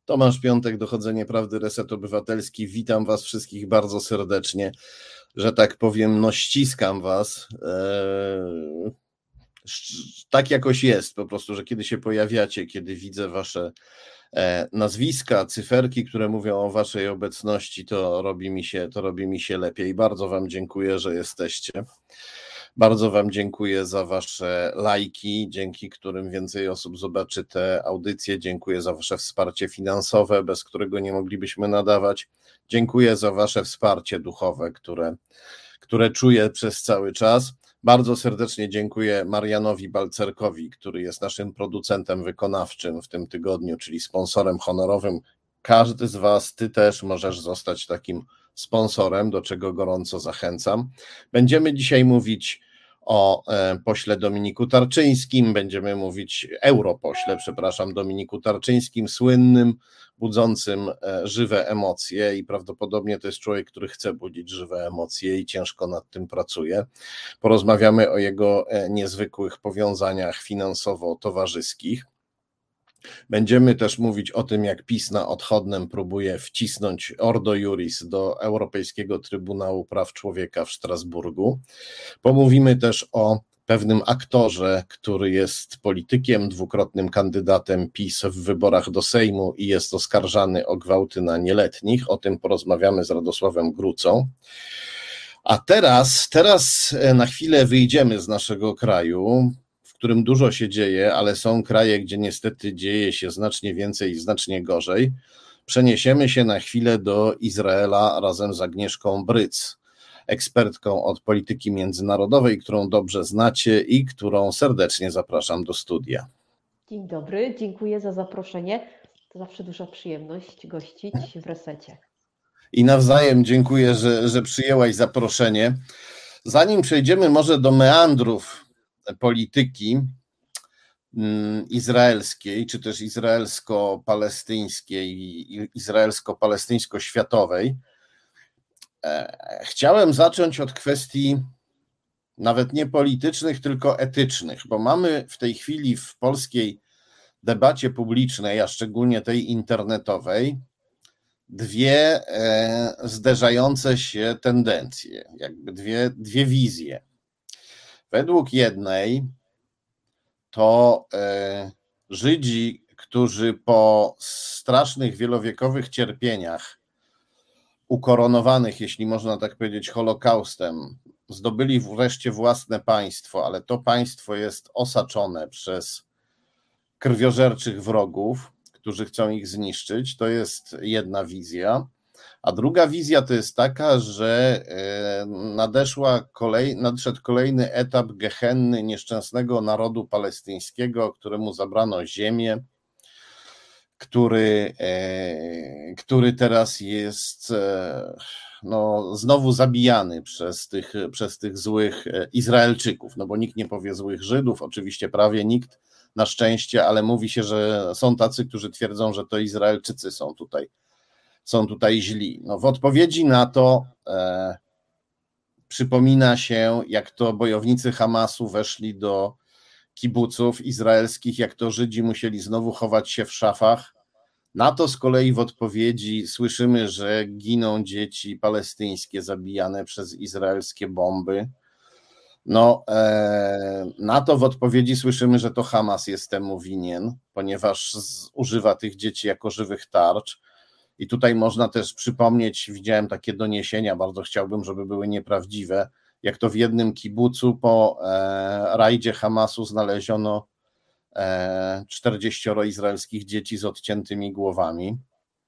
Tomasz Piątek, Dochodzenie Prawdy, Reset Obywatelski. Witam Was wszystkich bardzo serdecznie, że tak powiem, no ściskam Was. Tak jakoś jest po prostu, że kiedy się pojawiacie, kiedy widzę Wasze nazwiska, cyferki, które mówią o Waszej obecności, to robi mi się lepiej. Bardzo Wam dziękuję, że jesteście. Bardzo Wam dziękuję za Wasze lajki, dzięki którym więcej osób zobaczy te audycje. Dziękuję za Wasze wsparcie finansowe, bez którego nie moglibyśmy nadawać. Dziękuję za Wasze wsparcie duchowe, które czuję przez cały czas. Bardzo serdecznie dziękuję Marianowi Balcerkowi, który jest naszym producentem wykonawczym w tym tygodniu, czyli sponsorem honorowym. Każdy z Was, Ty też możesz zostać takim sponsorem, do czego gorąco zachęcam. Będziemy dzisiaj mówić o pośle Dominiku Tarczyńskim, będziemy mówić europośle, przepraszam, Dominiku Tarczyńskim, słynnym, budzącym żywe emocje i prawdopodobnie to jest człowiek, który chce budzić żywe emocje i ciężko nad tym pracuje. Porozmawiamy o jego niezwykłych powiązaniach finansowo-towarzyskich. Będziemy też mówić o tym, jak PiS na odchodnem próbuje wcisnąć Ordo Iuris do Europejskiego Trybunału Praw Człowieka w Strasburgu. Pomówimy też o pewnym aktorze, który jest politykiem, dwukrotnym kandydatem PiS w wyborach do Sejmu i jest oskarżany o gwałty na nieletnich. O tym porozmawiamy z Radosławem Grucą. A teraz na chwilę wyjdziemy z naszego kraju, w którym dużo się dzieje, ale są kraje, gdzie niestety dzieje się znacznie więcej i znacznie gorzej. Przeniesiemy się na chwilę do Izraela razem z Agnieszką Bryc, ekspertką od polityki międzynarodowej, którą dobrze znacie i którą serdecznie zapraszam do studia. Dzień dobry, dziękuję za zaproszenie. To zawsze duża przyjemność gościć w Resecie. I nawzajem dziękuję, że przyjęłaś zaproszenie. Zanim przejdziemy może do meandrów polityki izraelskiej, czy też izraelsko-palestyńskiej i izraelsko-palestyńsko-światowej, chciałem zacząć od kwestii nawet nie politycznych, tylko etycznych, bo mamy w tej chwili w polskiej debacie publicznej, a szczególnie tej internetowej, dwie zderzające się tendencje, jakby dwie wizje. Według jednej to Żydzi, którzy po strasznych wielowiekowych cierpieniach ukoronowanych, jeśli można tak powiedzieć, Holokaustem, zdobyli wreszcie własne państwo, ale to państwo jest osaczone przez krwiożerczych wrogów, którzy chcą ich zniszczyć. To jest jedna wizja. A druga wizja to jest taka, że nadszedł kolejny etap gehenny nieszczęsnego narodu palestyńskiego, któremu zabrano ziemię, który teraz jest znowu zabijany przez tych złych Izraelczyków, no bo nikt nie powie złych Żydów, oczywiście prawie nikt, na szczęście, ale mówi się, że są tacy, którzy twierdzą, że to Izraelczycy są tutaj źli. No w odpowiedzi na to przypomina się, jak to bojownicy Hamasu weszli do kibuców izraelskich, jak to Żydzi musieli znowu chować się w szafach. Na to z kolei w odpowiedzi słyszymy, że giną dzieci palestyńskie zabijane przez izraelskie bomby. Na to w odpowiedzi słyszymy, że to Hamas jest temu winien, ponieważ używa tych dzieci jako żywych tarcz. I tutaj można też przypomnieć, widziałem takie doniesienia, bardzo chciałbym, żeby były nieprawdziwe, jak to w jednym kibucu po rajdzie Hamasu znaleziono 40 izraelskich dzieci z odciętymi głowami.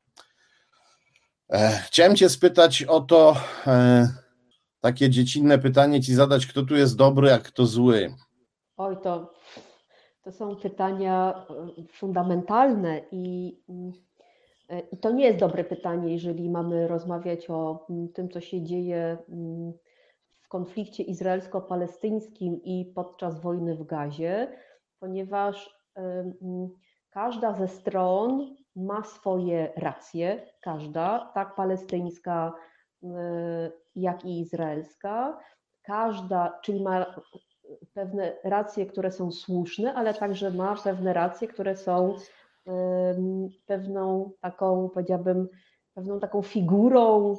Chciałem Cię spytać o to, takie dziecinne pytanie Ci zadać, kto tu jest dobry, a kto zły? Oj, to są pytania fundamentalne i to nie jest dobre pytanie, jeżeli mamy rozmawiać o tym, co się dzieje w konflikcie izraelsko-palestyńskim i podczas wojny w Gazie, ponieważ każda ze stron ma swoje racje, każda, tak palestyńska, jak i izraelska. Każda, czyli ma pewne racje, które są słuszne, ale także ma pewne racje, które są pewną taką, powiedziałabym, pewną taką figurą,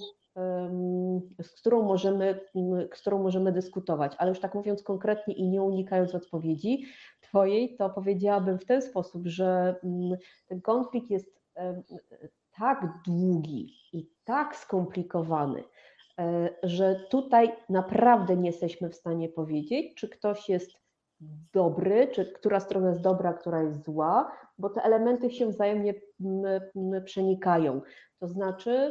z którą możemy dyskutować. Ale już tak mówiąc konkretnie i nie unikając odpowiedzi Twojej, to powiedziałabym w ten sposób, że ten konflikt jest tak długi i tak skomplikowany, że tutaj naprawdę nie jesteśmy w stanie powiedzieć, czy ktoś jest dobry, czy która strona jest dobra, która jest zła, bo te elementy się wzajemnie przenikają. To znaczy,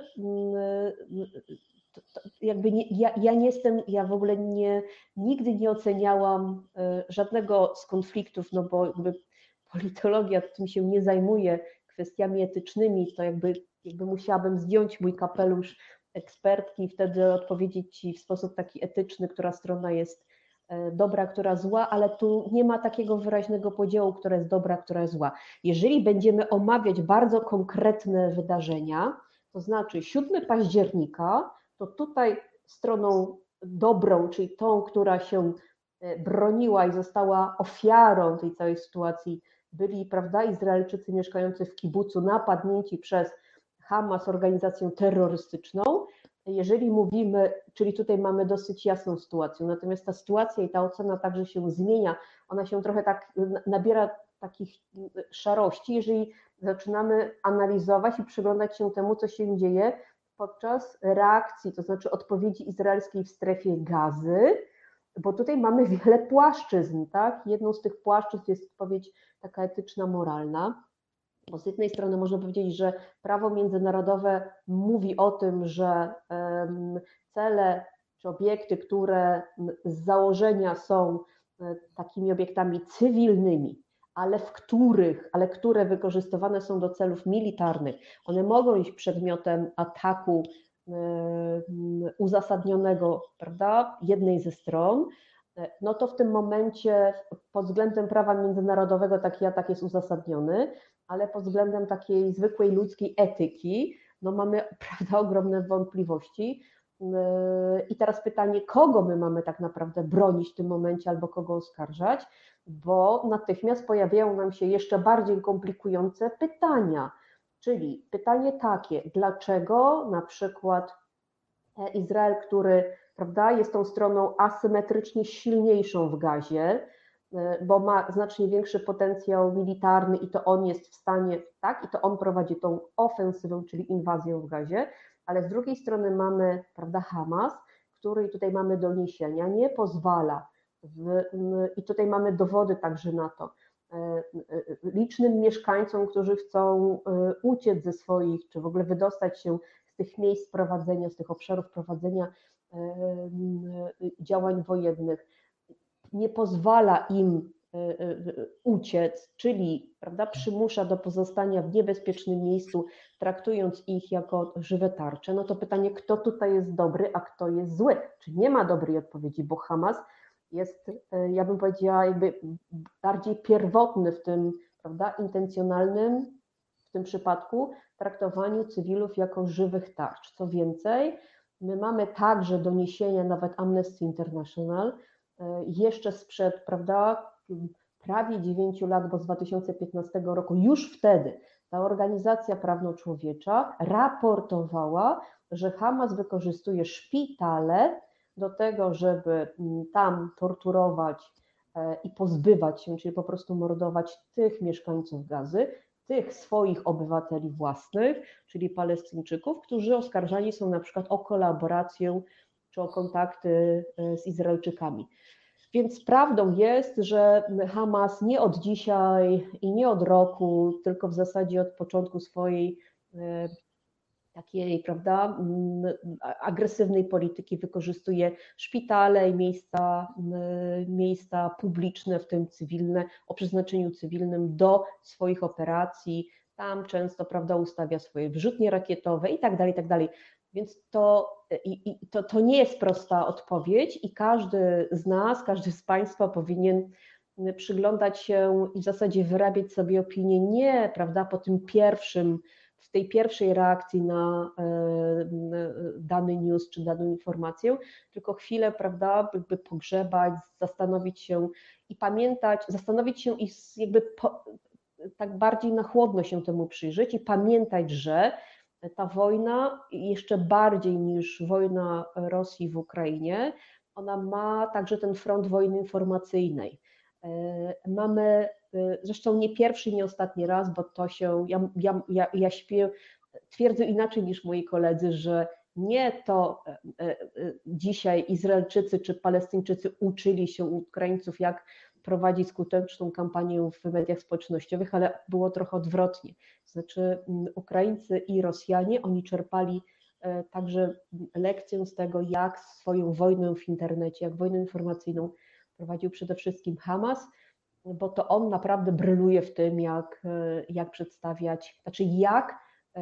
jakby ja nie jestem, ja w ogóle nigdy nie oceniałam żadnego z konfliktów, no bo jakby politologia tym się nie zajmuje kwestiami etycznymi, to jakby musiałabym zdjąć mój kapelusz ekspertki i wtedy odpowiedzieć Ci w sposób taki etyczny, która strona jest dobra, która zła, ale tu nie ma takiego wyraźnego podziału, która jest dobra, która jest zła. Jeżeli będziemy omawiać bardzo konkretne wydarzenia, to znaczy 7 października, to tutaj stroną dobrą, czyli tą, która się broniła i została ofiarą tej całej sytuacji, byli, prawda, Izraelczycy mieszkający w kibucu, napadnięci przez Hamas, organizację terrorystyczną. Jeżeli mówimy, czyli tutaj mamy dosyć jasną sytuację, natomiast ta sytuacja i ta ocena także się zmienia, ona się trochę tak nabiera takich szarości, jeżeli zaczynamy analizować i przyglądać się temu, co się dzieje podczas reakcji, to znaczy odpowiedzi izraelskiej w strefie Gazy, bo tutaj mamy wiele płaszczyzn, tak? Jedną z tych płaszczyzn jest odpowiedź taka etyczna, moralna, bo z jednej strony można powiedzieć, że prawo międzynarodowe mówi o tym, że cele czy obiekty, które z założenia są takimi obiektami cywilnymi, ale które wykorzystywane są do celów militarnych, one mogą być przedmiotem ataku uzasadnionego, prawda, jednej ze stron, no to w tym momencie pod względem prawa międzynarodowego taki atak jest uzasadniony, ale pod względem takiej zwykłej ludzkiej etyki, no mamy, prawda, ogromne wątpliwości. I teraz pytanie, kogo my mamy tak naprawdę bronić w tym momencie albo kogo oskarżać, bo natychmiast pojawiają nam się jeszcze bardziej komplikujące pytania, czyli pytanie takie, dlaczego na przykład Izrael, który, prawda, jest tą stroną asymetrycznie silniejszą w Gazie, bo ma znacznie większy potencjał militarny i to on jest w stanie, tak, i to on prowadzi tą ofensywę, czyli inwazję w Gazie, ale z drugiej strony mamy, prawda, Hamas, który, i tutaj mamy doniesienia, nie pozwala, i tutaj mamy dowody także na to, licznym mieszkańcom, którzy chcą uciec ze swoich, czy w ogóle wydostać się z tych miejsc prowadzenia, z tych obszarów prowadzenia działań wojennych, nie pozwala im uciec, czyli, prawda, przymusza do pozostania w niebezpiecznym miejscu, traktując ich jako żywe tarcze, no to pytanie, kto tutaj jest dobry, a kto jest zły? Czy nie ma dobrej odpowiedzi, bo Hamas jest, ja bym powiedziała, jakby bardziej pierwotny w tym, prawda, intencjonalnym, w tym przypadku, traktowaniu cywilów jako żywych tarcz. Co więcej, my mamy także doniesienia, nawet Amnesty International, jeszcze sprzed, prawda, prawie 9 lat, bo z 2015 roku, już wtedy ta organizacja prawno-człowiecza raportowała, że Hamas wykorzystuje szpitale do tego, żeby tam torturować i pozbywać się, czyli po prostu mordować tych mieszkańców Gazy, tych swoich obywateli własnych, czyli Palestyńczyków, którzy oskarżani są na przykład o kolaborację czy o kontakty z Izraelczykami. Więc prawdą jest, że Hamas nie od dzisiaj i nie od roku, tylko w zasadzie od początku swojej takiej, prawda, agresywnej polityki wykorzystuje szpitale i miejsca publiczne, w tym cywilne, o przeznaczeniu cywilnym do swoich operacji. Tam często, prawda, ustawia swoje wyrzutnie rakietowe i tak dalej, i tak dalej. Więc to nie jest prosta odpowiedź i każdy z nas, każdy z Państwa powinien przyglądać się i w zasadzie wyrabiać sobie opinię nie, prawda, po tym w tej pierwszej reakcji na dany news czy daną informację, tylko chwilę, prawda, jakby pogrzebać, zastanowić się i pamiętać, zastanowić się i jakby tak bardziej na chłodno się temu przyjrzeć i pamiętać, że ta wojna jeszcze bardziej niż wojna Rosji w Ukrainie, ona ma także ten front wojny informacyjnej. Mamy, zresztą nie pierwszy, nie ostatni raz, bo to się, ja twierdzę inaczej niż moi koledzy, że nie to dzisiaj Izraelczycy czy Palestyńczycy uczyli się u Ukraińców, jak prowadzić skuteczną kampanię w mediach społecznościowych, ale było trochę odwrotnie. Znaczy Ukraińcy i Rosjanie, oni czerpali także lekcję z tego, jak swoją wojnę w internecie, jak wojnę informacyjną prowadził przede wszystkim Hamas, bo to on naprawdę bryluje w tym, jak przedstawiać, znaczy jak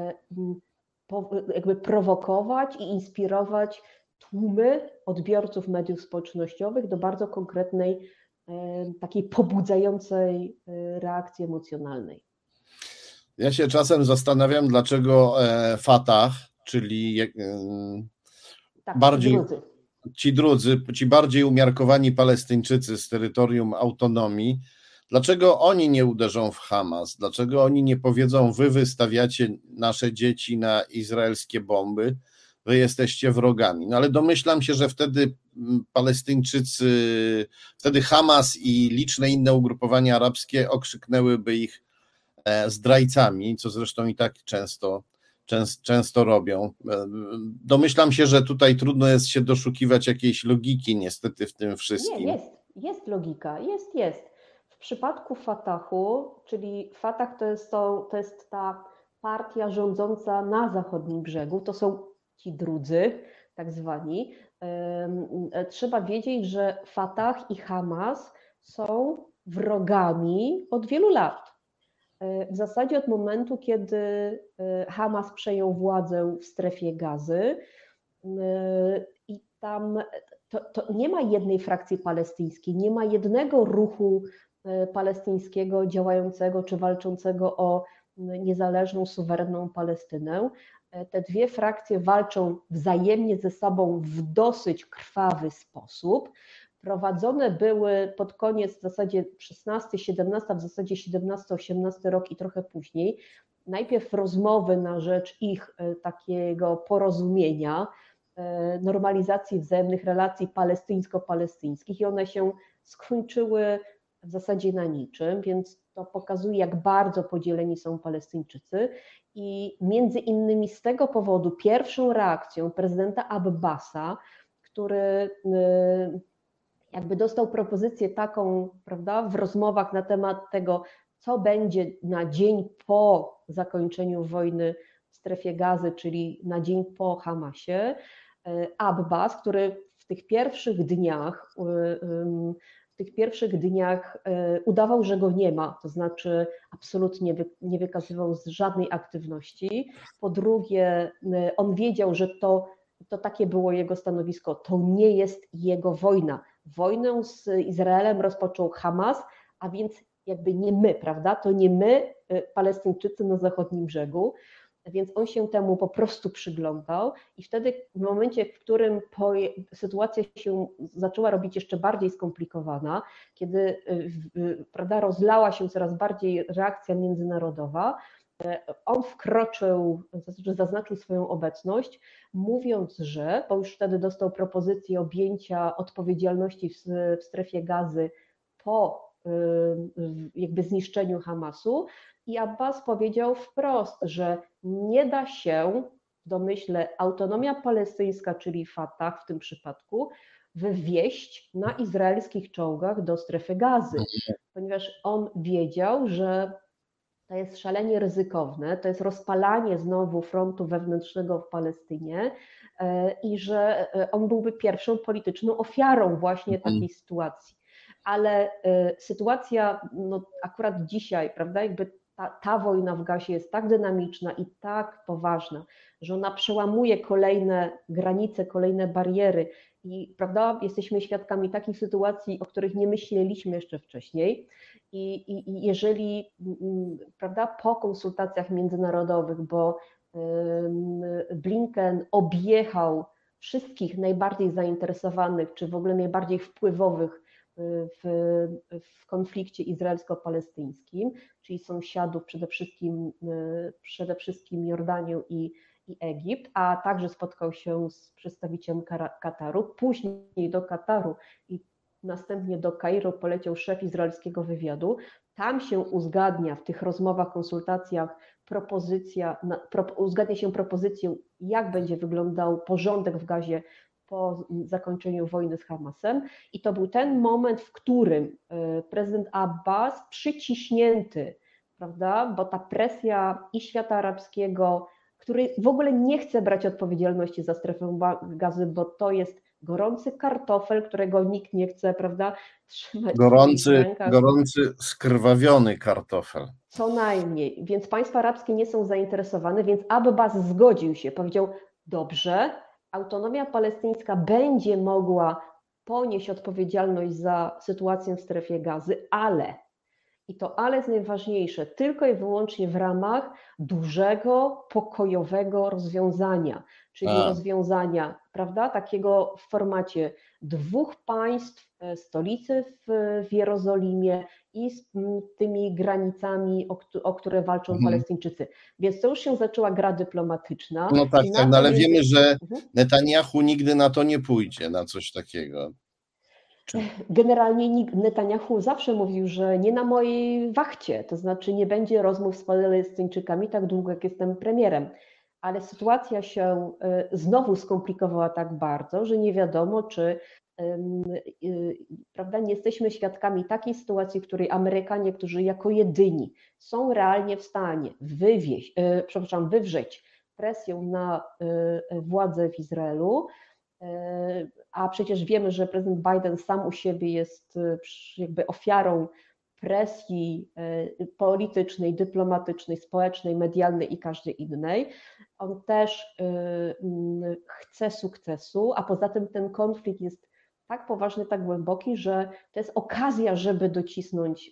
jakby prowokować i inspirować tłumy odbiorców mediów społecznościowych do bardzo konkretnej, takiej pobudzającej reakcji emocjonalnej. Ja się czasem zastanawiam, dlaczego Fatah, czyli tak, bardziej ci bardziej umiarkowani Palestyńczycy z terytorium autonomii, dlaczego oni nie uderzą w Hamas? Dlaczego oni nie powiedzą, wy wystawiacie nasze dzieci na izraelskie bomby, wy jesteście wrogami? No ale domyślam się, że wtedy Palestyńczycy, wtedy Hamas i liczne inne ugrupowania arabskie okrzyknęłyby ich zdrajcami, co zresztą i tak często robią. Domyślam się, że tutaj trudno jest się doszukiwać jakiejś logiki niestety w tym wszystkim. Nie, jest logika, jest. W przypadku Fatahu, czyli Fatah to jest ta partia rządząca na zachodnim brzegu, to są ci drudzy, tak zwani. Trzeba wiedzieć, że Fatah i Hamas są wrogami od wielu lat. W zasadzie od momentu, kiedy Hamas przejął władzę w strefie Gazy i tam to nie ma jednej frakcji palestyńskiej, nie ma jednego ruchu palestyńskiego działającego czy walczącego o niezależną, suwerenną Palestynę. Te dwie frakcje walczą wzajemnie ze sobą w dosyć krwawy sposób. Prowadzone były pod koniec w zasadzie 16, 17, w zasadzie 17, 18 rok i trochę później. Najpierw rozmowy na rzecz ich takiego porozumienia, normalizacji wzajemnych relacji palestyńsko-palestyńskich i one się skończyły w zasadzie na niczym, więc to pokazuje, jak bardzo podzieleni są Palestyńczycy i między innymi z tego powodu pierwszą reakcją prezydenta Abbasa, który jakby dostał propozycję taką, prawda, w rozmowach na temat tego, co będzie na dzień po zakończeniu wojny w strefie Gazy, czyli na dzień po Hamasie, Abbas, który w tych pierwszych dniach udawał, że go nie ma, to znaczy absolutnie nie wykazywał żadnej aktywności. Po drugie, on wiedział, że to takie było jego stanowisko, to nie jest jego wojna. Wojnę z Izraelem rozpoczął Hamas, a więc jakby nie my, prawda? To nie my, Palestyńczycy na zachodnim brzegu, więc on się temu po prostu przyglądał i wtedy w momencie, w którym sytuacja się zaczęła robić jeszcze bardziej skomplikowana, kiedy, prawda, rozlała się coraz bardziej reakcja międzynarodowa, on wkroczył, zaznaczył swoją obecność, mówiąc, że, bo już wtedy dostał propozycję objęcia odpowiedzialności w strefie Gazy po jakby zniszczeniu Hamasu i Abbas powiedział wprost, że nie da się, w domyśle autonomia palestyńska, czyli Fatah w tym przypadku, wywieźć na izraelskich czołgach do strefy Gazy, ponieważ on wiedział, że to jest szalenie ryzykowne, to jest rozpalanie znowu frontu wewnętrznego w Palestynie i że on byłby pierwszą polityczną ofiarą właśnie takiej sytuacji. Ale sytuacja, no akurat dzisiaj, prawda, jakby ta wojna w Gazie jest tak dynamiczna i tak poważna, że ona przełamuje kolejne granice, kolejne bariery i, prawda, jesteśmy świadkami takich sytuacji, o których nie myśleliśmy jeszcze wcześniej. I jeżeli, prawda, po konsultacjach międzynarodowych, bo Blinken objechał wszystkich najbardziej zainteresowanych, czy w ogóle najbardziej wpływowych w konflikcie izraelsko-palestyńskim, czyli sąsiadów przede wszystkim Jordanię i Egipt, a także spotkał się z przedstawicielem Kataru. Później do Kataru i następnie do Kairu poleciał szef izraelskiego wywiadu. Tam się uzgadnia w tych rozmowach, konsultacjach uzgadnia się propozycję, jak będzie wyglądał porządek w Gazie po zakończeniu wojny z Hamasem. I to był ten moment, w którym prezydent Abbas przyciśnięty, prawda, bo ta presja i świata arabskiego, który w ogóle nie chce brać odpowiedzialności za strefę Gazy, bo to jest gorący kartofel, którego nikt nie chce, prawda, trzymać w swoich rękach. Gorący, skrwawiony kartofel. Co najmniej, więc państwa arabskie nie są zainteresowane, więc Abbas zgodził się, powiedział, dobrze, autonomia palestyńska będzie mogła ponieść odpowiedzialność za sytuację w strefie Gazy, ale, i to ale jest najważniejsze, tylko i wyłącznie w ramach dużego, pokojowego rozwiązania, czyli rozwiązania, prawda, takiego w formacie dwóch państw, stolicy w Jerozolimie i z tymi granicami, o które walczą Palestyńczycy. Więc to już się zaczęła gra dyplomatyczna. No tak, no ale wiemy, że Netanyahu nigdy na to nie pójdzie, na coś takiego. Generalnie Netanyahu zawsze mówił, że nie na mojej wachcie, to znaczy nie będzie rozmów z Palestyńczykami tak długo, jak jestem premierem. Ale sytuacja się znowu skomplikowała tak bardzo, że nie wiadomo, czy prawda, nie jesteśmy świadkami takiej sytuacji, w której Amerykanie, którzy jako jedyni są realnie w stanie wywrzeć presję na władze w Izraelu, a przecież wiemy, że prezydent Biden sam u siebie jest jakby ofiarą presji politycznej, dyplomatycznej, społecznej, medialnej i każdej innej. On też chce sukcesu, a poza tym ten konflikt jest tak poważny, tak głęboki, że to jest okazja, żeby docisnąć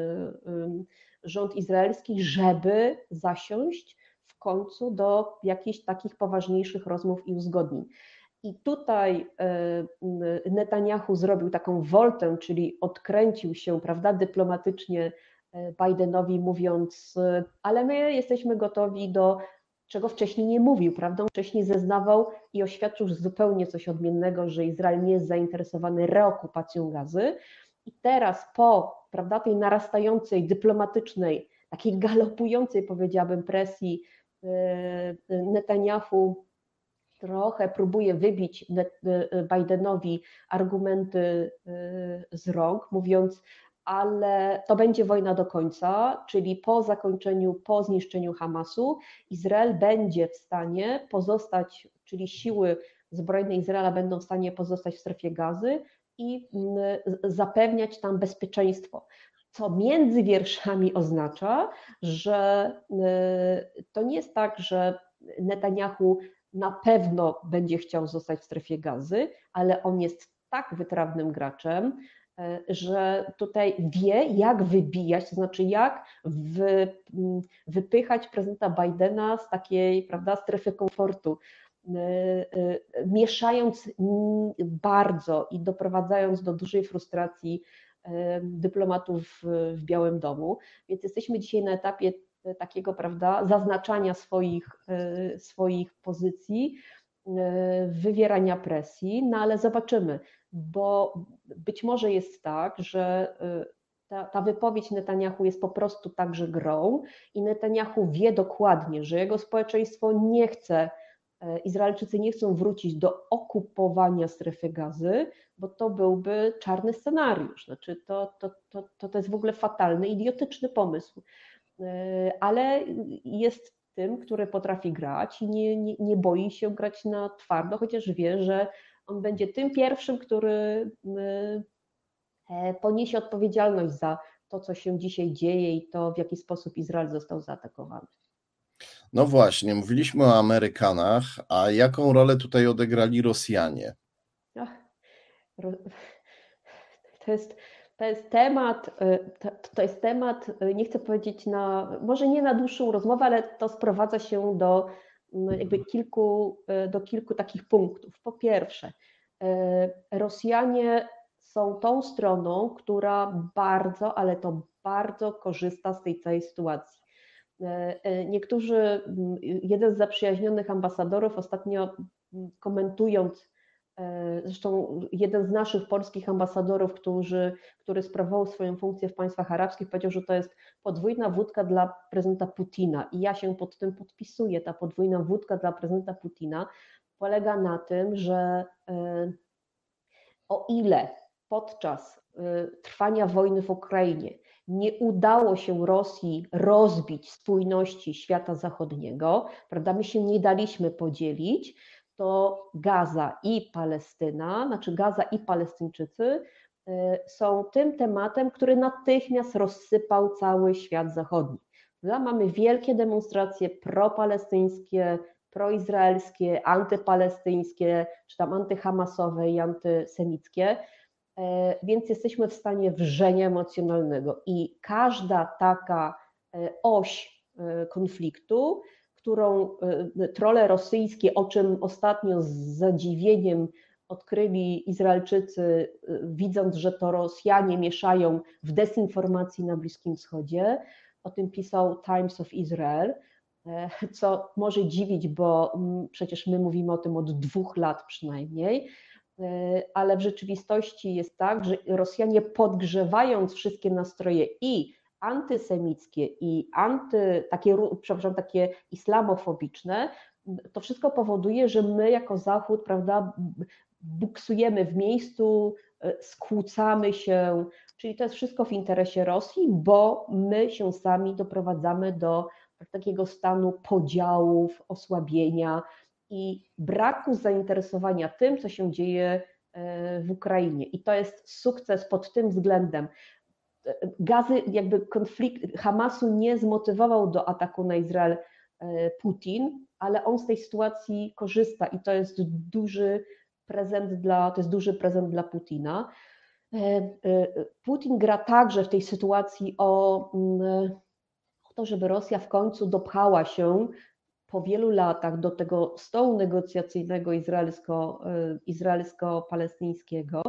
rząd izraelski, żeby zasiąść w końcu do jakichś takich poważniejszych rozmów i uzgodnień. I tutaj Netanyahu zrobił taką woltę, czyli odkręcił się, prawda, dyplomatycznie Bidenowi, mówiąc, ale my jesteśmy gotowi do czego wcześniej nie mówił, prawda? Wcześniej zeznawał i oświadczył zupełnie coś odmiennego, że Izrael nie jest zainteresowany reokupacją Gazy. I teraz po, prawda, tej narastającej dyplomatycznej, takiej galopującej, powiedziałabym, presji Netanyahu trochę próbuje wybić Bidenowi argumenty z rąk, mówiąc, ale to będzie wojna do końca, czyli po zniszczeniu Hamasu Izrael będzie w stanie pozostać, czyli siły zbrojne Izraela będą w stanie pozostać w strefie Gazy i zapewniać tam bezpieczeństwo. Co między wierszami oznacza, że to nie jest tak, że Netanyahu na pewno będzie chciał zostać w strefie Gazy, ale on jest tak wytrawnym graczem, że tutaj wie, jak wybijać, to znaczy jak wypychać prezydenta Bidena z takiej, prawda, strefy komfortu, mieszając bardzo i doprowadzając do dużej frustracji dyplomatów w Białym Domu. Więc jesteśmy dzisiaj na etapie takiego, prawda, zaznaczania swoich pozycji, wywierania presji, no ale zobaczymy, bo być może jest tak, że ta wypowiedź Netanyahu jest po prostu także grą i Netanyahu wie dokładnie, że jego społeczeństwo nie chce, Izraelczycy nie chcą wrócić do okupowania strefy Gazy, bo to byłby czarny scenariusz, znaczy to jest w ogóle fatalny, idiotyczny pomysł, ale jest tym, który potrafi grać i nie boi się grać na twardo, chociaż wie, że on będzie tym pierwszym, który poniesie odpowiedzialność za to, co się dzisiaj dzieje i to, w jaki sposób Izrael został zaatakowany. No właśnie, mówiliśmy o Amerykanach, a jaką rolę tutaj odegrali Rosjanie? To jest temat, nie chcę powiedzieć może nie na dłuższą rozmowę, ale to sprowadza się do jakby kilku takich punktów. Po pierwsze, Rosjanie są tą stroną, która bardzo, ale to bardzo korzysta z tej całej sytuacji. Niektórzy, jeden z zaprzyjaźnionych ambasadorów ostatnio komentując, zresztą jeden z naszych polskich ambasadorów, który sprawował swoją funkcję w państwach arabskich, powiedział, że to jest podwójna wódka dla prezydenta Putina i ja się pod tym podpisuję. Ta podwójna wódka dla prezydenta Putina polega na tym, że o ile podczas trwania wojny w Ukrainie nie udało się Rosji rozbić spójności świata zachodniego, prawda, my się nie daliśmy podzielić, to Gaza i Palestyna, znaczy Gaza i Palestyńczycy są tym tematem, który natychmiast rozsypał cały świat zachodni. Mamy wielkie demonstracje propalestyńskie, proizraelskie, antypalestyńskie, czy tam antyhamasowe i antysemickie, więc jesteśmy w stanie wrzenia emocjonalnego i każda taka oś konfliktu, którą trolle rosyjskie, o czym ostatnio z zadziwieniem odkryli Izraelczycy, widząc, że to Rosjanie mieszają w dezinformacji na Bliskim Wschodzie, o tym pisał Times of Israel, co może dziwić, bo przecież my mówimy o tym od 2 lat przynajmniej, ale w rzeczywistości jest tak, że Rosjanie podgrzewając wszystkie nastroje i antysemickie i takie islamofobiczne, to wszystko powoduje, że my jako Zachód, prawda, buksujemy w miejscu, skłócamy się, czyli to jest wszystko w interesie Rosji, bo my się sami doprowadzamy do takiego stanu podziałów, osłabienia i braku zainteresowania tym, co się dzieje w Ukrainie. I to jest sukces pod tym względem. Konflikt Hamasu nie zmotywował do ataku na Izrael Putin, ale on z tej sytuacji korzysta i to jest duży prezent dla Putina. Putin gra także w tej sytuacji o to, żeby Rosja w końcu dopchała się po wielu latach do tego stołu negocjacyjnego izraelsko-palestyńskiego,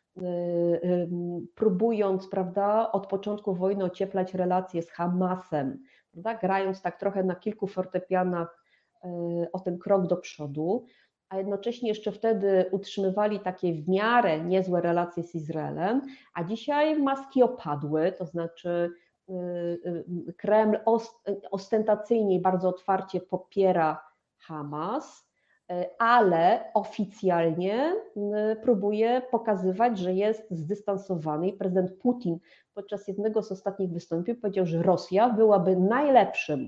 próbując, prawda, od początku wojny ocieplać relacje z Hamasem, prawda, grając tak trochę na kilku fortepianach o ten krok do przodu, a jednocześnie jeszcze wtedy utrzymywali takie w miarę niezłe relacje z Izraelem, a dzisiaj maski opadły, to znaczy Kreml ostentacyjnie i bardzo otwarcie popiera Hamas, ale oficjalnie próbuje pokazywać, że jest zdystansowany i prezydent Putin podczas jednego z ostatnich wystąpień powiedział, że Rosja byłaby najlepszym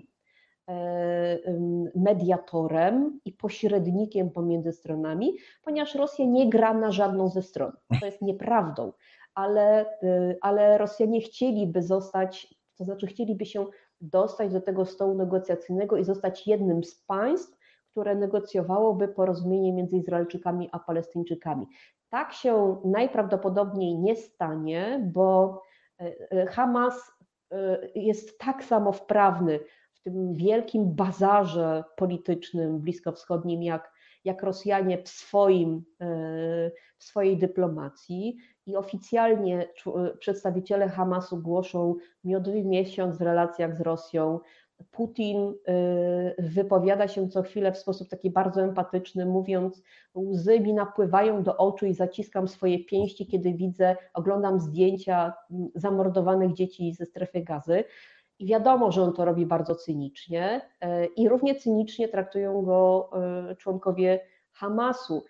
mediatorem i pośrednikiem pomiędzy stronami, ponieważ Rosja nie gra na żadną ze stron. To jest nieprawdą, ale Rosjanie chcieliby chcieliby się dostać do tego stołu negocjacyjnego i zostać jednym z państw, które negocjowałoby porozumienie między Izraelczykami a Palestyńczykami. Tak się najprawdopodobniej nie stanie, bo Hamas jest tak samo wprawny w tym wielkim bazarze politycznym bliskowschodnim, jak Rosjanie w swojej dyplomacji i oficjalnie przedstawiciele Hamasu głoszą miodowy miesiąc w relacjach z Rosją. Putin wypowiada się co chwilę w sposób taki bardzo empatyczny, mówiąc: łzy mi napływają do oczu i zaciskam swoje pięści, kiedy oglądam zdjęcia zamordowanych dzieci ze strefy Gazy. I wiadomo, że on to robi bardzo cynicznie i równie cynicznie traktują go członkowie Hamasu,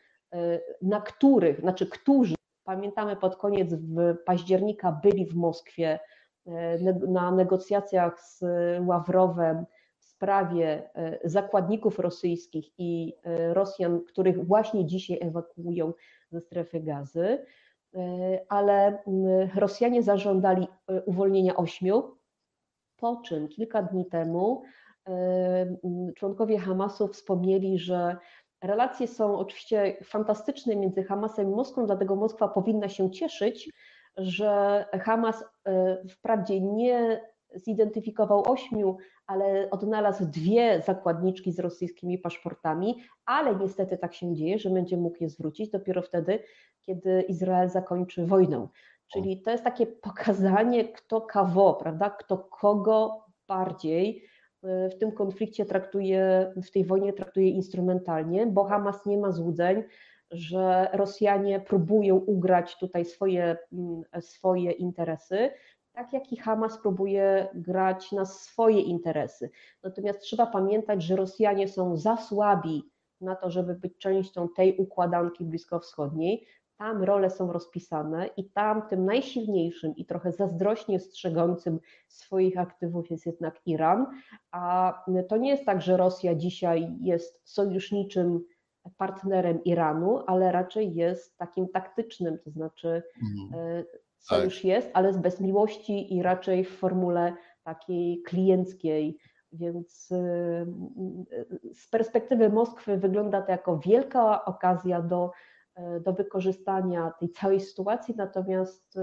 którzy, pamiętamy, pod koniec października byli w Moskwie na negocjacjach z Ławrowem w sprawie zakładników rosyjskich i Rosjan, których właśnie dzisiaj ewakuują ze strefy Gazy, ale Rosjanie zażądali uwolnienia 8, po czym kilka dni temu członkowie Hamasu wspomnieli, że relacje są oczywiście fantastyczne między Hamasem i Moskwą, dlatego Moskwa powinna się cieszyć, że Hamas wprawdzie nie zidentyfikował 8, ale odnalazł 2 zakładniczki z rosyjskimi paszportami, ale niestety tak się dzieje, że będzie mógł je zwrócić dopiero wtedy, kiedy Izrael zakończy wojnę. Czyli to jest takie pokazanie, kto kawo, prawda? Kto kogo bardziej w tym konflikcie traktuje, w tej wojnie traktuje instrumentalnie, bo Hamas nie ma złudzeń, że Rosjanie próbują ugrać tutaj swoje interesy, tak jak i Hamas próbuje grać na swoje interesy. Natomiast trzeba pamiętać, że Rosjanie są za słabi na to, żeby być częścią tej układanki bliskowschodniej. Tam role są rozpisane i tam tym najsilniejszym i trochę zazdrośnie strzegącym swoich aktywów jest jednak Iran. A to nie jest tak, że Rosja dzisiaj jest sojuszniczym partnerem Iranu, ale raczej jest takim taktycznym, to znaczy sojusz jest, ale bez miłości i raczej w formule takiej klienckiej, więc z perspektywy Moskwy wygląda to jako wielka okazja do wykorzystania tej całej sytuacji, natomiast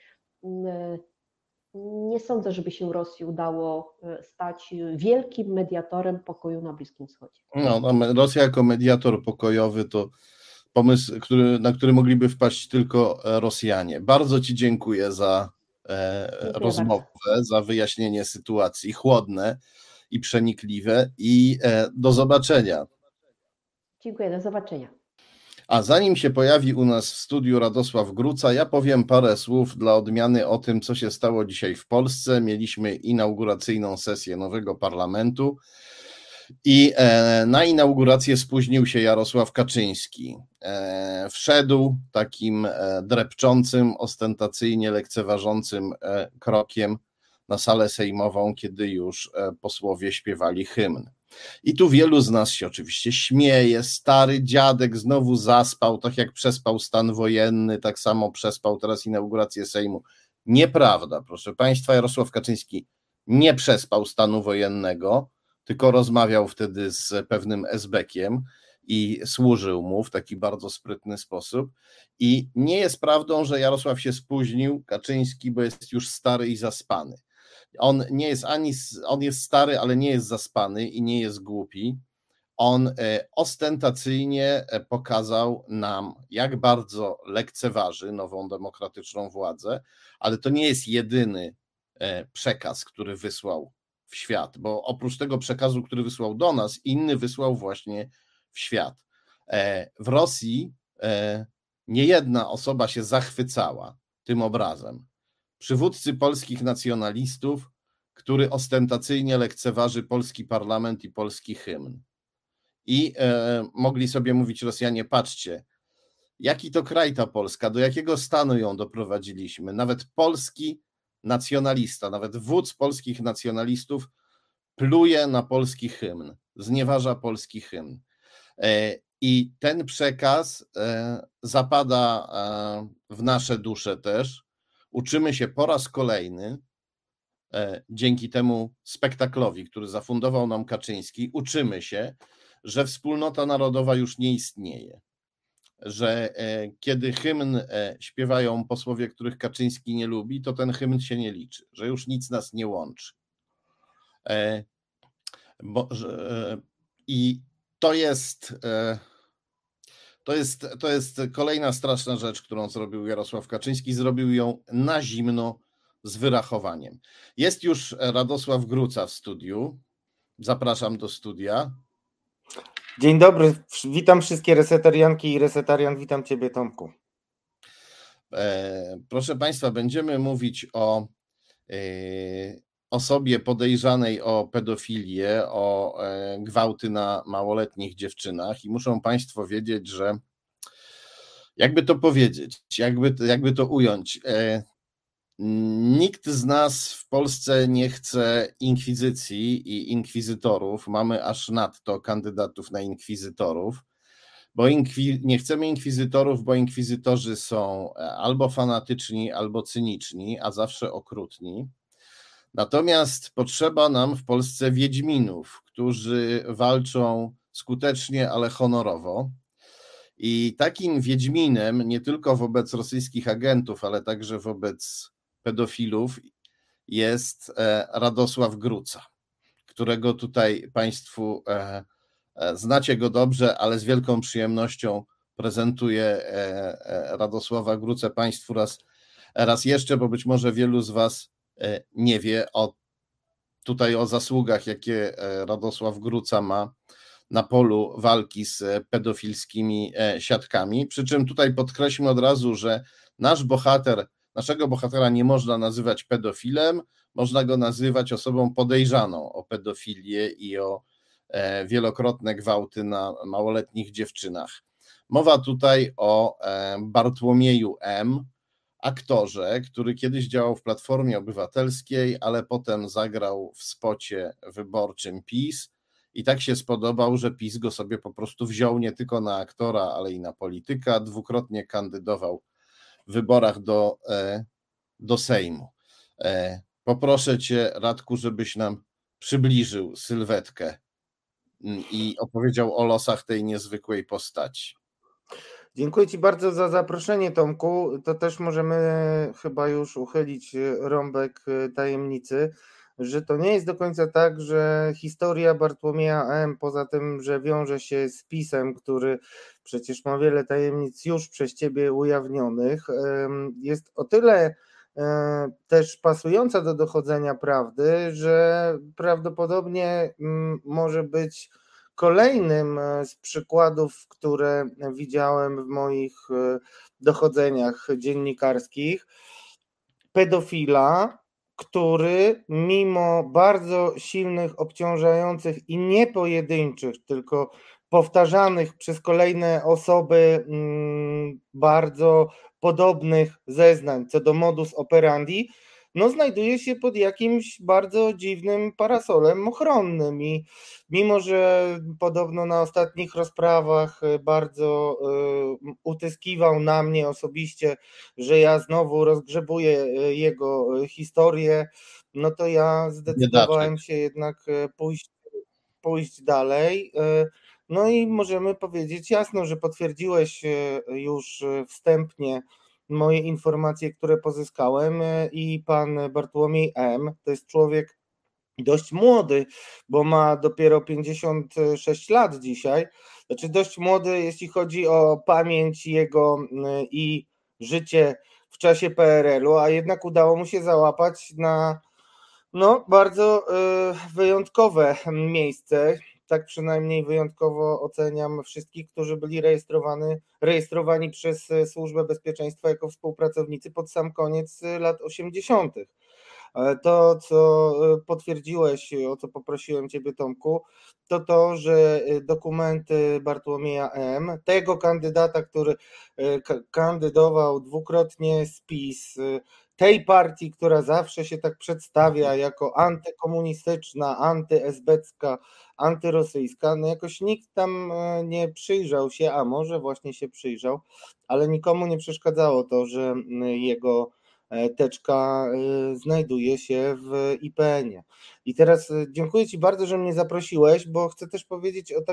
nie sądzę, żeby się Rosji udało stać wielkim mediatorem pokoju na Bliskim Wschodzie. No, Rosja jako mediator pokojowy to pomysł, na który mogliby wpaść tylko Rosjanie. Bardzo Ci dziękuję za rozmowę, za wyjaśnienie sytuacji, chłodne i przenikliwe i do zobaczenia. Dziękuję, do zobaczenia. A zanim się pojawi u nas w studiu Radosław Gruca, ja powiem parę słów dla odmiany o tym, co się stało dzisiaj w Polsce. Mieliśmy inauguracyjną sesję nowego parlamentu i na inaugurację spóźnił się Jarosław Kaczyński. Wszedł takim drepczącym, ostentacyjnie lekceważącym krokiem na salę sejmową, kiedy już posłowie śpiewali hymn. I tu wielu z nas się oczywiście śmieje, stary dziadek znowu zaspał, tak jak przespał stan wojenny, tak samo przespał teraz inaugurację Sejmu. Nieprawda, proszę Państwa, Jarosław Kaczyński nie przespał stanu wojennego, tylko rozmawiał wtedy z pewnym esbekiem i służył mu w taki bardzo sprytny sposób. I nie jest prawdą, że Jarosław się spóźnił, Kaczyński, bo jest już stary i zaspany. On nie jest on jest stary, ale nie jest zaspany i nie jest głupi. On ostentacyjnie pokazał nam, jak bardzo lekceważy nową demokratyczną władzę, ale to nie jest jedyny przekaz, który wysłał w świat, bo oprócz tego przekazu, który wysłał do nas, inny wysłał właśnie w świat. W Rosji niejedna osoba się zachwycała tym obrazem. Przywódcy polskich nacjonalistów, który ostentacyjnie lekceważy polski parlament i polski hymn. I mogli sobie mówić Rosjanie, patrzcie, jaki to kraj ta Polska, do jakiego stanu ją doprowadziliśmy. Nawet polski nacjonalista, nawet wódz polskich nacjonalistów pluje na polski hymn, znieważa polski hymn. I ten przekaz zapada w nasze dusze też. Uczymy się po raz kolejny, dzięki temu spektaklowi, który zafundował nam Kaczyński, uczymy się, że wspólnota narodowa już nie istnieje. Że kiedy hymn śpiewają posłowie, których Kaczyński nie lubi, to ten hymn się nie liczy, że już nic nas nie łączy. I to jest kolejna straszna rzecz, którą zrobił Jarosław Kaczyński. Zrobił ją na zimno, z wyrachowaniem. Jest już Radosław Gruca w studiu. Zapraszam do studia. Dzień dobry, witam wszystkie resetarianki i resetarian, witam Ciebie, Tomku. Proszę Państwa, będziemy mówić o osobie podejrzanej o pedofilię, o gwałty na małoletnich dziewczynach i muszą Państwo wiedzieć, że jakby to powiedzieć, jakby to ująć, nikt z nas w Polsce nie chce inkwizycji i inkwizytorów. Mamy aż nadto kandydatów na inkwizytorów, bo nie chcemy inkwizytorów, bo inkwizytorzy są albo fanatyczni, albo cyniczni, a zawsze okrutni. Natomiast potrzeba nam w Polsce wiedźminów, którzy walczą skutecznie, ale honorowo. I takim wiedźminem nie tylko wobec rosyjskich agentów, ale także wobec pedofilów jest Radosław Gruca, którego tutaj Państwu znacie go dobrze, ale z wielką przyjemnością prezentuję Radosława Grucę Państwu raz jeszcze, bo być może wielu z Was nie wie tutaj o zasługach, jakie Radosław Gruca ma na polu walki z pedofilskimi siatkami. Przy czym tutaj podkreślmy od razu, że naszego bohatera nie można nazywać pedofilem, można go nazywać osobą podejrzaną o pedofilię i o wielokrotne gwałty na małoletnich dziewczynach. Mowa tutaj o Bartłomieju M., aktorze, który kiedyś działał w Platformie Obywatelskiej, ale potem zagrał w spocie wyborczym PiS i tak się spodobał, że PiS go sobie po prostu wziął nie tylko na aktora, ale i na polityka. Dwukrotnie kandydował w wyborach do Sejmu. Poproszę Cię, Radku, żebyś nam przybliżył sylwetkę i opowiedział o losach tej niezwykłej postaci. Dziękuję Ci bardzo za zaproszenie, Tomku. To też możemy chyba już uchylić rąbek tajemnicy, że to nie jest do końca tak, że historia Bartłomieja M., poza tym, że wiąże się z PiS-em, który przecież ma wiele tajemnic już przez Ciebie ujawnionych, jest o tyle też pasująca do dochodzenia prawdy, że prawdopodobnie może być kolejnym z przykładów, które widziałem w moich dochodzeniach dziennikarskich, pedofila, który mimo bardzo silnych, obciążających i nie pojedynczych, tylko powtarzanych przez kolejne osoby bardzo podobnych zeznań co do modus operandi, znajduje się pod jakimś bardzo dziwnym parasolem ochronnym i mimo, że podobno na ostatnich rozprawach bardzo utyskiwał na mnie osobiście, że ja znowu rozgrzebuję jego historię, to ja zdecydowałem się jednak pójść dalej. I możemy powiedzieć jasno, że potwierdziłeś już wstępnie moje informacje, które pozyskałem i pan Bartłomiej M. to jest człowiek dość młody, bo ma dopiero 56 lat dzisiaj, znaczy dość młody, jeśli chodzi o pamięć jego i życie w czasie PRL-u, a jednak udało mu się załapać na bardzo wyjątkowe miejsce. Tak przynajmniej wyjątkowo oceniam wszystkich, którzy byli rejestrowani przez Służbę Bezpieczeństwa jako współpracownicy pod sam koniec lat 80. To, co potwierdziłeś, o co poprosiłem Ciebie, Tomku, to, że dokumenty Bartłomieja M., tego kandydata, który kandydował dwukrotnie z PiS, tej partii, która zawsze się tak przedstawia jako antykomunistyczna, antyesbecka, antyrosyjska, jakoś nikt tam nie przyjrzał się, a może właśnie się przyjrzał, ale nikomu nie przeszkadzało to, że jego teczka znajduje się w IPN-ie. I teraz dziękuję Ci bardzo, że mnie zaprosiłeś, bo chcę też powiedzieć o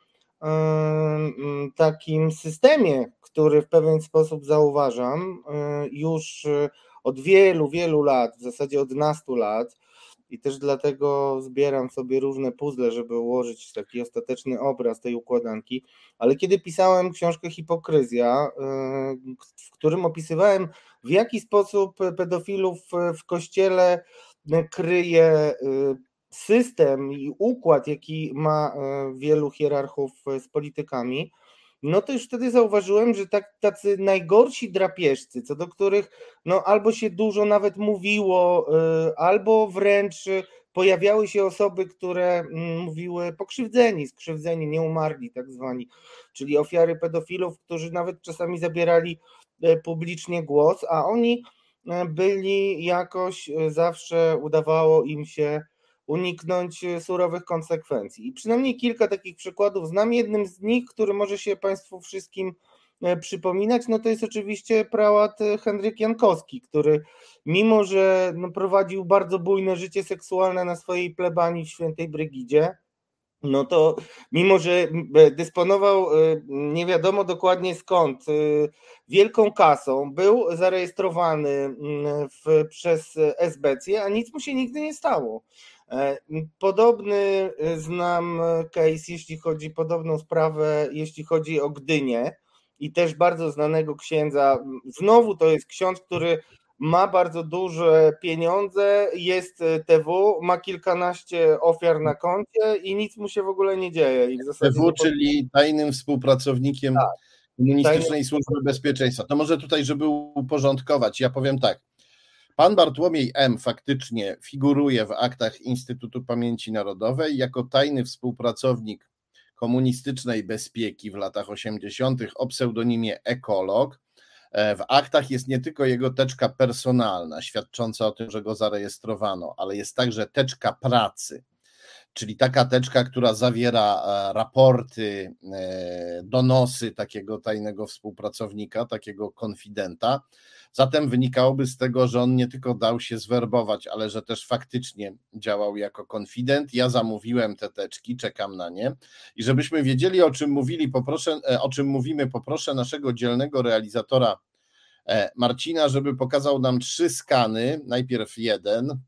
takim systemie, który w pewien sposób zauważam już od wielu, wielu lat, w zasadzie od 12 lat, i też dlatego zbieram sobie różne puzzle, żeby ułożyć taki ostateczny obraz tej układanki, ale kiedy pisałem książkę Hipokryzja, w którym opisywałem, w jaki sposób pedofilów w Kościele kryje system i układ, jaki ma wielu hierarchów z politykami, to już wtedy zauważyłem, że tacy najgorsi drapieżcy, co do których albo się dużo nawet mówiło, albo wręcz pojawiały się osoby, które mówiły skrzywdzeni, nie umarli tak zwani, czyli ofiary pedofilów, którzy nawet czasami zabierali publicznie głos, a oni byli jakoś, zawsze udawało im się uniknąć surowych konsekwencji. I przynajmniej kilka takich przykładów znam. Jednym z nich, który może się Państwu wszystkim przypominać, to jest oczywiście prałat Henryk Jankowski, który mimo, że prowadził bardzo bujne życie seksualne na swojej plebanii w Świętej Brygidzie, to mimo, że dysponował nie wiadomo dokładnie skąd wielką kasą, był zarejestrowany przez esbecję, a nic mu się nigdy nie stało. Podobny znam case, podobną sprawę, jeśli chodzi o Gdynię, i też bardzo znanego księdza. Znowu to jest ksiądz, który ma bardzo duże pieniądze, jest TW, ma kilkanaście ofiar na koncie i nic mu się w ogóle nie dzieje. I w zasadzie TW, czyli tajnym współpracownikiem Komunistycznej Służby Bezpieczeństwa. To może tutaj, żeby uporządkować, ja powiem tak. Pan Bartłomiej M. faktycznie figuruje w aktach Instytutu Pamięci Narodowej jako tajny współpracownik komunistycznej bezpieki w latach 80. o pseudonimie Ekolog. W aktach jest nie tylko jego teczka personalna, świadcząca o tym, że go zarejestrowano, ale jest także teczka pracy, czyli taka teczka, która zawiera raporty, donosy takiego tajnego współpracownika, takiego konfidenta. Zatem wynikałoby z tego, że on nie tylko dał się zwerbować, ale że też faktycznie działał jako konfident. Ja zamówiłem te teczki, czekam na nie. I żebyśmy wiedzieli, o czym mówimy, poproszę naszego dzielnego realizatora Marcina, żeby pokazał nam 3 skany. Najpierw jeden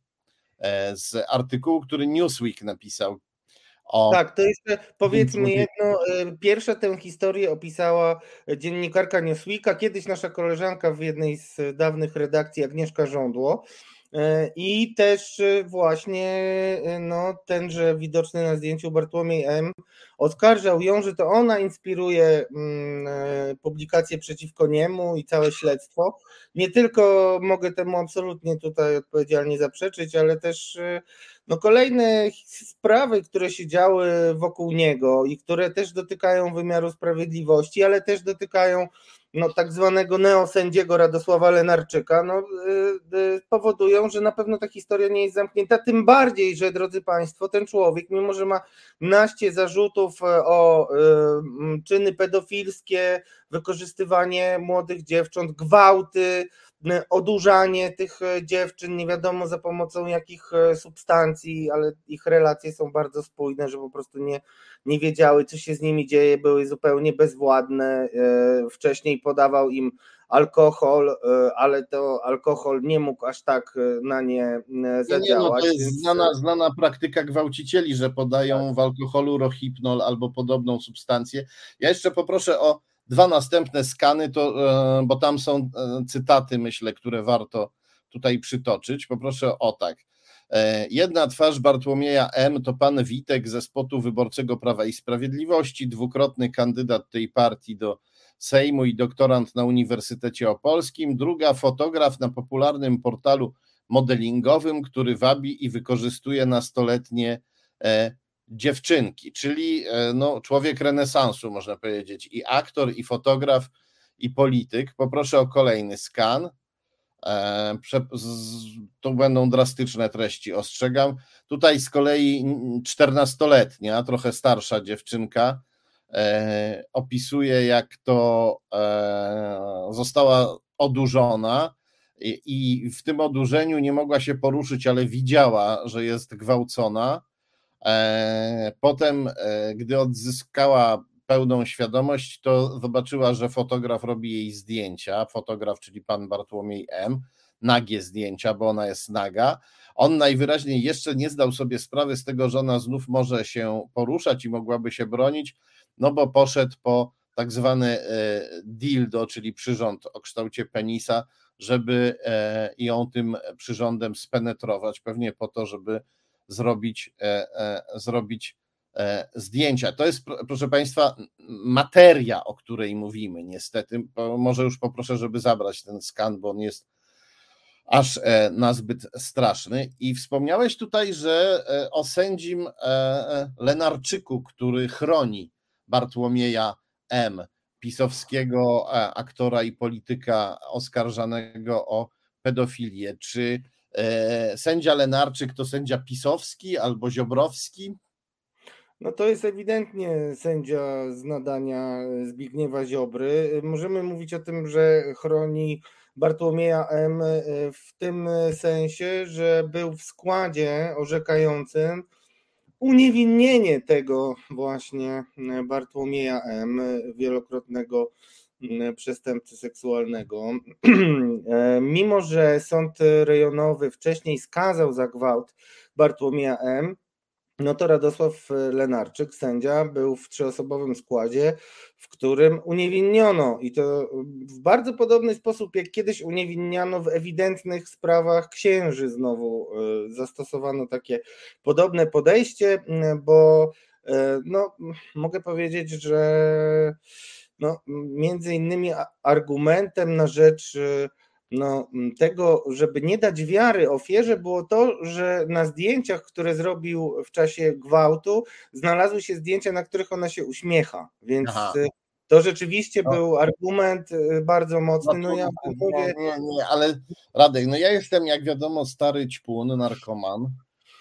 z artykułu, który Newsweek napisał. Tak, to jeszcze powiedzmy jedno. Pierwsza tę historię opisała dziennikarka Newsweeka, kiedyś nasza koleżanka w jednej z dawnych redakcji, Agnieszka Żądło. I też właśnie tenże widoczny na zdjęciu Bartłomiej M. oskarżał ją, że to ona inspiruje publikacje przeciwko niemu i całe śledztwo. Nie tylko mogę temu absolutnie tutaj odpowiedzialnie zaprzeczyć, ale też kolejne sprawy, które się działy wokół niego i które też dotykają wymiaru sprawiedliwości, ale też dotykają tak zwanego neosędziego Radosława Lenarczyka, powodują, że na pewno ta historia nie jest zamknięta, tym bardziej, że drodzy Państwo, ten człowiek, mimo że ma naście zarzutów o czyny pedofilskie, wykorzystywanie młodych dziewcząt, gwałty, odurzanie tych dziewczyn, nie wiadomo za pomocą jakich substancji, ale ich relacje są bardzo spójne, że po prostu nie wiedziały, co się z nimi dzieje, były zupełnie bezwładne. Wcześniej podawał im alkohol, ale to alkohol nie mógł aż tak na nie zadziałać. To jest znana praktyka gwałcicieli, że podają w alkoholu rohypnol albo podobną substancję. Ja jeszcze poproszę o 2 następne skany, bo tam są cytaty, myślę, które warto tutaj przytoczyć. Poproszę o tak. Jedna twarz Bartłomieja M. to pan Witek ze spotu wyborczego Prawa i Sprawiedliwości, 2-krotny kandydat tej partii do Sejmu i doktorant na Uniwersytecie Opolskim. Druga fotograf na popularnym portalu modelingowym, który wabi i wykorzystuje nastoletnie dziewczynki, czyli człowiek renesansu, można powiedzieć, i aktor, i fotograf, i polityk. Poproszę o kolejny skan. Tu będą drastyczne treści, ostrzegam. Tutaj z kolei 14-letnia, trochę starsza dziewczynka opisuje, jak to została odurzona i w tym odurzeniu nie mogła się poruszyć, ale widziała, że jest gwałcona. Potem, gdy odzyskała pełną świadomość, to zobaczyła, że fotograf robi jej zdjęcia, fotograf, czyli pan Bartłomiej M., nagie zdjęcia, bo ona jest naga. On najwyraźniej jeszcze nie zdał sobie sprawy z tego, że ona znów może się poruszać i mogłaby się bronić, bo poszedł po tak zwany dildo, czyli przyrząd o kształcie penisa, żeby ją tym przyrządem spenetrować, pewnie po to, żeby zrobić zdjęcia. To jest, proszę Państwa, materia, o której mówimy, niestety. Może już poproszę, żeby zabrać ten skan, bo on jest aż nazbyt straszny. I wspomniałeś tutaj, że o sędzim Lenarczyku, który chroni Bartłomieja M., pisowskiego aktora i polityka oskarżanego o pedofilię. Czy sędzia Lenarczyk to sędzia pisowski albo ziobrowski? To jest ewidentnie sędzia z nadania Zbigniewa Ziobry. Możemy mówić o tym, że chroni Bartłomieja M. w tym sensie, że był w składzie orzekającym uniewinnienie tego właśnie Bartłomieja M., wielokrotnego przestępcy seksualnego. Mimo że sąd rejonowy wcześniej skazał za gwałt Bartłomieja M., no to Radosław Lenarczyk, sędzia, był w 3-osobowym składzie, w którym uniewinniono, i to w bardzo podobny sposób, jak kiedyś uniewinniano w ewidentnych sprawach księży, znowu zastosowano takie podobne podejście, bo no, mogę powiedzieć, że no, między innymi argumentem na rzecz no, tego, żeby nie dać wiary ofierze, było to, że na zdjęciach, które zrobił w czasie gwałtu, znalazły się zdjęcia, na których ona się uśmiecha, więc to rzeczywiście był argument bardzo mocny. No ja mówię... Nie, ale Radek, no ja jestem, jak wiadomo, stary ćpun, narkoman.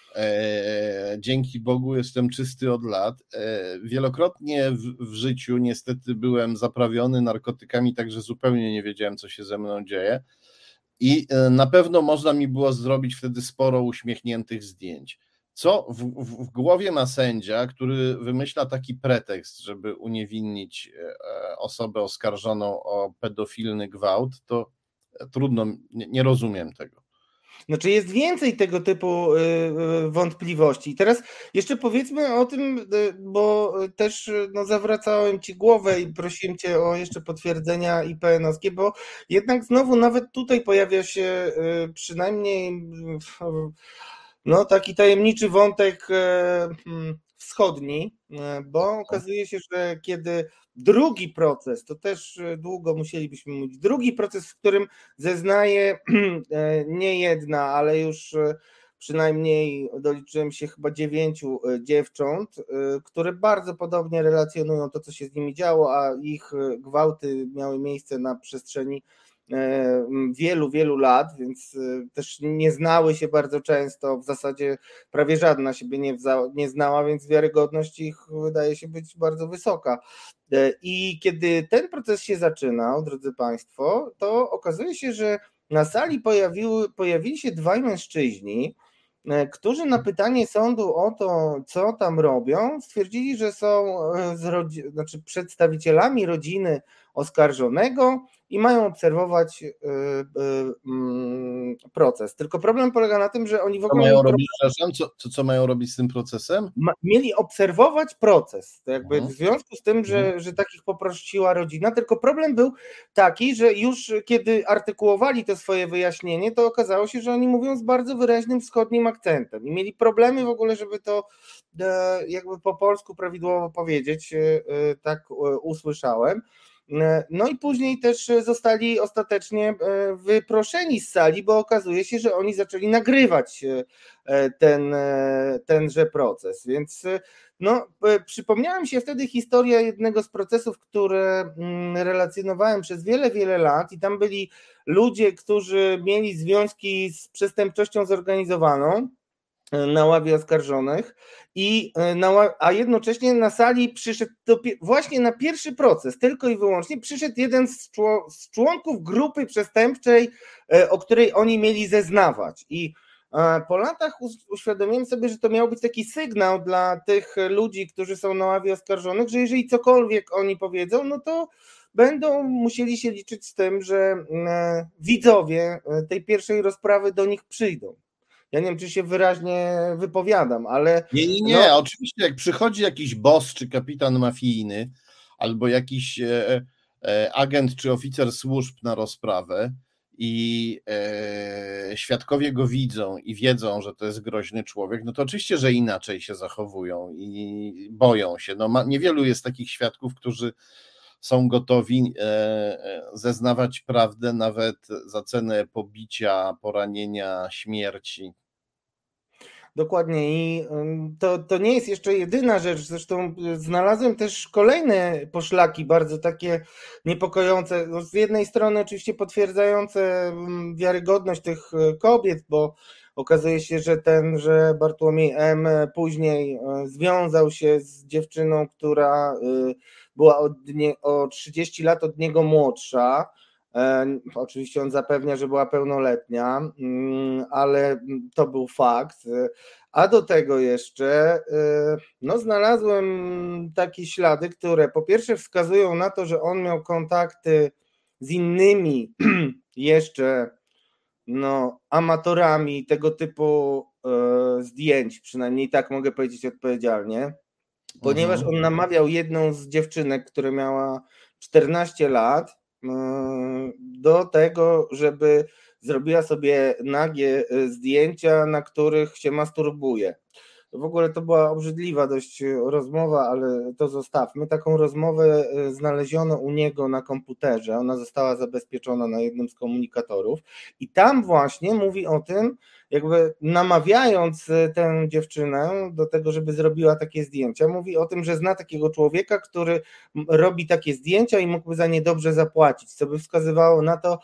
Dzięki Bogu jestem czysty od lat. Wielokrotnie w życiu niestety byłem zaprawiony narkotykami, także zupełnie nie wiedziałem, co się ze mną dzieje. I na pewno można mi było zrobić wtedy sporo uśmiechniętych zdjęć. Co w głowie ma sędzia, który wymyśla taki pretekst, żeby uniewinnić osobę oskarżoną o pedofilny gwałt, to trudno, nie rozumiem tego. Znaczy jest więcej tego typu wątpliwości. I teraz jeszcze powiedzmy o tym, bo też no, zawracałem Ci głowę i prosiłem Cię o jeszcze potwierdzenia IPN-owskie, bo jednak znowu nawet tutaj pojawia się przynajmniej no, taki tajemniczy wątek wschodni, bo okazuje się, że kiedy drugi proces, to też długo musielibyśmy mówić, drugi proces, w którym zeznaje nie jedna, ale już przynajmniej doliczyłem się chyba 9 dziewcząt, które bardzo podobnie relacjonują to, co się z nimi działo, a ich gwałty miały miejsce na przestrzeni wielu lat, więc też nie znały się bardzo często, w zasadzie prawie żadna siebie nie znała, więc wiarygodność ich wydaje się być bardzo wysoka. I kiedy ten proces się zaczynał, drodzy Państwo, to okazuje się, że na sali pojawili się 2 mężczyźni, którzy na pytanie sądu o to, co tam robią, stwierdzili, że są przedstawicielami rodziny oskarżonego i mają obserwować proces. Tylko problem polega na tym, że oni w ogóle... Co mają robić z tym procesem? Mieli obserwować proces, to jakby w związku z tym, że takich poprosiła rodzina, tylko problem był taki, że już kiedy artykułowali to swoje wyjaśnienie, to okazało się, że oni mówią z bardzo wyraźnym wschodnim akcentem i mieli problemy w ogóle, żeby to jakby po polsku prawidłowo powiedzieć, tak usłyszałem. No i później też zostali ostatecznie wyproszeni z sali, bo okazuje się, że oni zaczęli nagrywać tenże proces, więc no, przypomniałem się wtedy historię jednego z procesów, które relacjonowałem przez wiele lat i tam byli ludzie, którzy mieli związki z przestępczością zorganizowaną na ławie oskarżonych, a jednocześnie na sali przyszedł właśnie na pierwszy proces, tylko i wyłącznie przyszedł jeden z członków grupy przestępczej, o której oni mieli zeznawać. I po latach uświadomiłem sobie, że to miał być taki sygnał dla tych ludzi, którzy są na ławie oskarżonych, że jeżeli cokolwiek oni powiedzą, no to będą musieli się liczyć z tym, że widzowie tej pierwszej rozprawy do nich przyjdą. Ja nie wiem, czy się wyraźnie wypowiadam, ale... Nie, oczywiście jak przychodzi jakiś boss czy kapitan mafijny albo jakiś agent czy oficer służb na rozprawę i świadkowie go widzą i wiedzą, że to jest groźny człowiek, no to oczywiście, że inaczej się zachowują i boją się. No, niewielu jest takich świadków, którzy są gotowi zeznawać prawdę nawet za cenę pobicia, poranienia, śmierci. Dokładnie i to nie jest jeszcze jedyna rzecz, zresztą znalazłem też kolejne poszlaki bardzo takie niepokojące, no z jednej strony oczywiście potwierdzające wiarygodność tych kobiet, bo okazuje się, że tenże Bartłomiej M. później związał się z dziewczyną, która była o 30 lat od niego młodsza. Oczywiście on zapewnia, że była pełnoletnia, ale to był fakt. A do tego jeszcze no, znalazłem takie ślady, które po pierwsze wskazują na to, że on miał kontakty z innymi jeszcze no, amatorami tego typu zdjęć, przynajmniej tak mogę powiedzieć odpowiedzialnie, ponieważ on namawiał jedną z dziewczynek, która miała 14 lat, do tego, żeby zrobiła sobie nagie zdjęcia, na których się masturbuje. W ogóle to była obrzydliwa dość rozmowa, ale to zostawmy. Taką rozmowę znaleziono u niego na komputerze, ona została zabezpieczona na jednym z komunikatorów i tam właśnie mówi o tym, jakby namawiając tę dziewczynę do tego, żeby zrobiła takie zdjęcia, mówi o tym, że zna takiego człowieka, który robi takie zdjęcia i mógłby za nie dobrze zapłacić, co by wskazywało na to,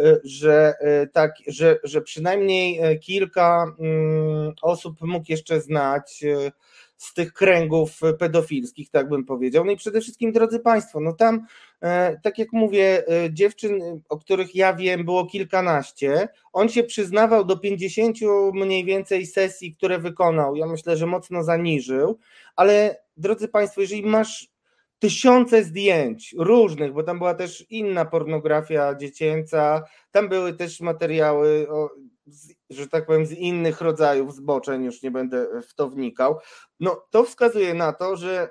że przynajmniej kilka osób mógł jeszcze znać z tych kręgów pedofilskich, tak bym powiedział. No i przede wszystkim, drodzy Państwo, no tam, tak jak mówię, dziewczyn, o których ja wiem, było kilkanaście. On się przyznawał do 50 mniej więcej sesji, które wykonał. Ja myślę, że mocno zaniżył, ale drodzy Państwo, jeżeli masz tysiące zdjęć różnych, bo tam była też inna pornografia dziecięca, tam były też materiały, że tak powiem, z innych rodzajów zboczeń, już nie będę w to wnikał. No to wskazuje na to, że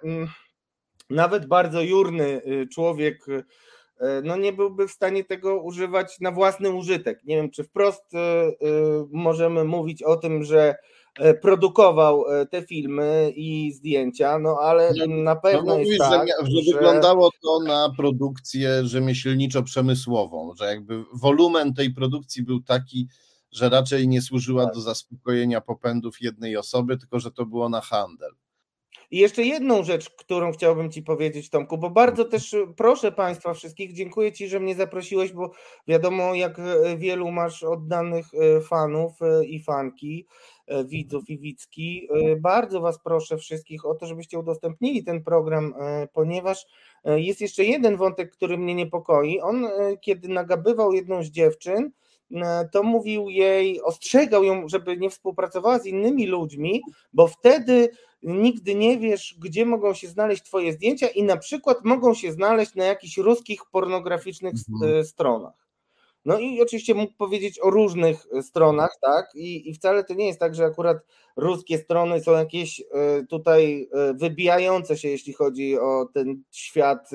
nawet bardzo jurny człowiek no nie byłby w stanie tego używać na własny użytek. Nie wiem, czy wprost możemy mówić o tym, że produkował te filmy i zdjęcia, no ale na pewno jest tak, że wyglądało to na produkcję rzemieślniczo-przemysłową, że jakby wolumen tej produkcji był taki, że raczej nie służyła do zaspokojenia popędów jednej osoby, tylko że to było na handel. I jeszcze jedną rzecz, którą chciałbym Ci powiedzieć, Tomku, bo bardzo też proszę Państwa wszystkich, dziękuję Ci, że mnie zaprosiłeś, bo wiadomo, jak wielu masz oddanych fanów i fanki, widzów i widzki. Bardzo Was proszę wszystkich o to, żebyście udostępnili ten program, ponieważ jest jeszcze jeden wątek, który mnie niepokoi. On, kiedy nagabywał jedną z dziewczyn, to mówił jej, ostrzegał ją, żeby nie współpracowała z innymi ludźmi, bo wtedy nigdy nie wiesz, gdzie mogą się znaleźć Twoje zdjęcia i na przykład mogą się znaleźć na jakichś ruskich pornograficznych stronach. No i oczywiście mógł powiedzieć o różnych stronach, tak? I wcale to nie jest tak, że akurat ruskie strony są jakieś tutaj wybijające się, jeśli chodzi o ten świat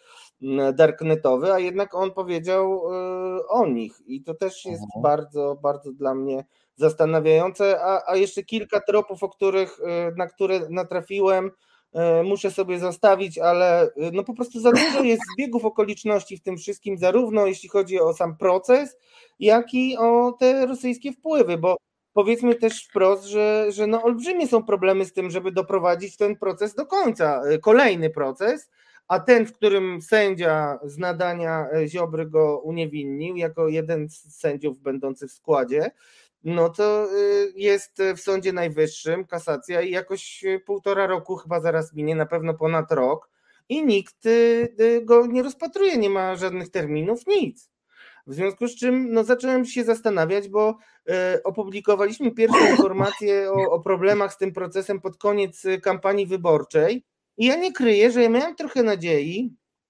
darknetowy, a jednak on powiedział o nich i to też jest bardzo, bardzo dla mnie zastanawiające, a jeszcze kilka tropów, na które natrafiłem, muszę sobie zostawić, ale no po prostu za dużo jest zbiegów okoliczności w tym wszystkim, zarówno jeśli chodzi o sam proces, jak i o te rosyjskie wpływy, bo powiedzmy też wprost, że no olbrzymie są problemy z tym, żeby doprowadzić ten proces do końca, kolejny proces, a ten, w którym sędzia z nadania Ziobry go uniewinnił, jako jeden z sędziów będący w składzie, no to jest w Sądzie Najwyższym kasacja i jakoś 1,5 roku chyba zaraz minie, na pewno ponad rok i nikt go nie rozpatruje, nie ma żadnych terminów, nic. W związku z czym no, zacząłem się zastanawiać, bo opublikowaliśmy pierwsze informacje o problemach z tym procesem pod koniec kampanii wyborczej i ja nie kryję, że ja miałem trochę nadziei,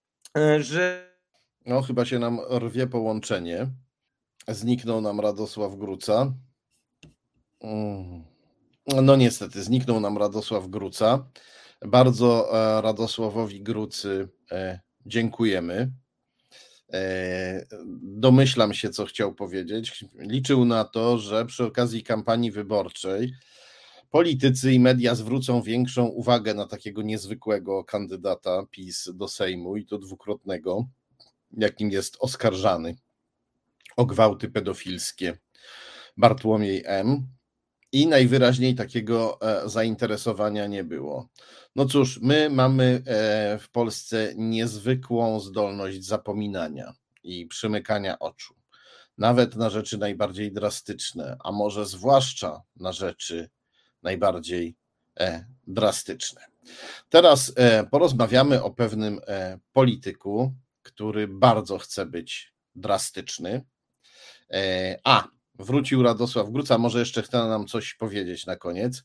że... No chyba się nam rwie połączenie. Zniknął nam Radosław Gruca. No niestety, zniknął nam Radosław Gruca. Bardzo Radosławowi Grucy dziękujemy. Domyślam się, co chciał powiedzieć. Liczył na to, że przy okazji kampanii wyborczej politycy i media zwrócą większą uwagę na takiego niezwykłego kandydata PiS do Sejmu i to dwukrotnego, jakim jest oskarżany o gwałty pedofilskie Bartłomiej M. I najwyraźniej takiego zainteresowania nie było. No cóż, my mamy w Polsce niezwykłą zdolność zapominania i przymykania oczu. Nawet na rzeczy najbardziej drastyczne, a może zwłaszcza na rzeczy najbardziej drastyczne. Teraz porozmawiamy o pewnym polityku, który bardzo chce być drastyczny. Wrócił Radosław Gruca, może jeszcze chce nam coś powiedzieć na koniec.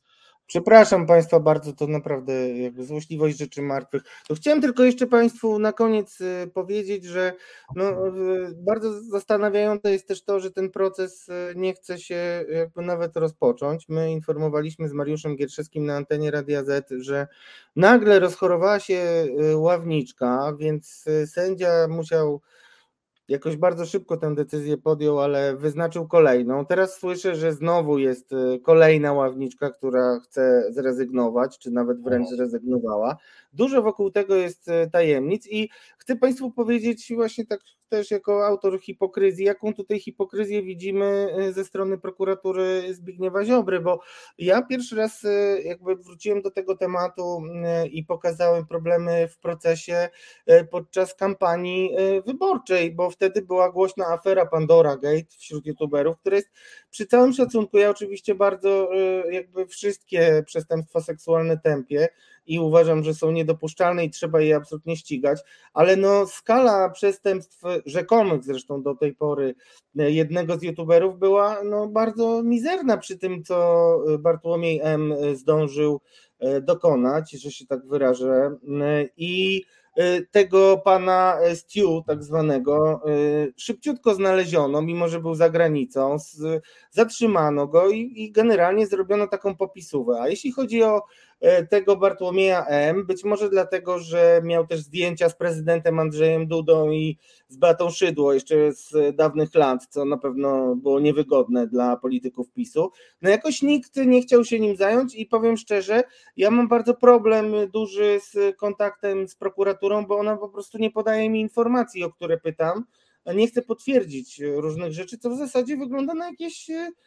Przepraszam Państwa bardzo, to naprawdę jakby złośliwość rzeczy martwych. To chciałem tylko jeszcze Państwu na koniec powiedzieć, że bardzo zastanawiające jest też to, że ten proces nie chce się jakby nawet rozpocząć. My informowaliśmy z Mariuszem Gierszewskim na antenie Radia Z, że nagle rozchorowała się ławniczka, więc sędzia musiał jakoś bardzo szybko tę decyzję podjął, ale wyznaczył kolejną. Teraz słyszę, że znowu jest kolejna ławniczka, która chce zrezygnować, czy nawet wręcz zrezygnowała. Dużo wokół tego jest tajemnic i chcę Państwu powiedzieć właśnie tak też jako autor hipokryzji, jaką tutaj hipokryzję widzimy ze strony prokuratury Zbigniewa Ziobry, bo ja pierwszy raz jakby wróciłem do tego tematu i pokazałem problemy w procesie podczas kampanii wyborczej, bo wtedy była głośna afera Pandora Gate wśród youtuberów, która jest przy całym szacunku, ja oczywiście bardzo jakby wszystkie przestępstwa seksualne tępię i uważam, że są niedopuszczalne i trzeba je absolutnie ścigać, ale skala przestępstw rzekomych zresztą do tej pory jednego z youtuberów była bardzo mizerna przy tym, co Bartłomiej M. zdążył dokonać, że się tak wyrażę, i tego pana Stu tak zwanego szybciutko znaleziono, mimo że był za granicą, zatrzymano go i generalnie zrobiono taką popisówę. A jeśli chodzi o tego Bartłomieja M., być może dlatego, że miał też zdjęcia z prezydentem Andrzejem Dudą i z Beatą Szydło jeszcze z dawnych lat, co na pewno było niewygodne dla polityków PiS-u. Jakoś nikt nie chciał się nim zająć i powiem szczerze, ja mam bardzo problem duży z kontaktem z prokuraturą, bo ona po prostu nie podaje mi informacji, o które pytam, a nie chce potwierdzić różnych rzeczy, co w zasadzie wygląda na jakieś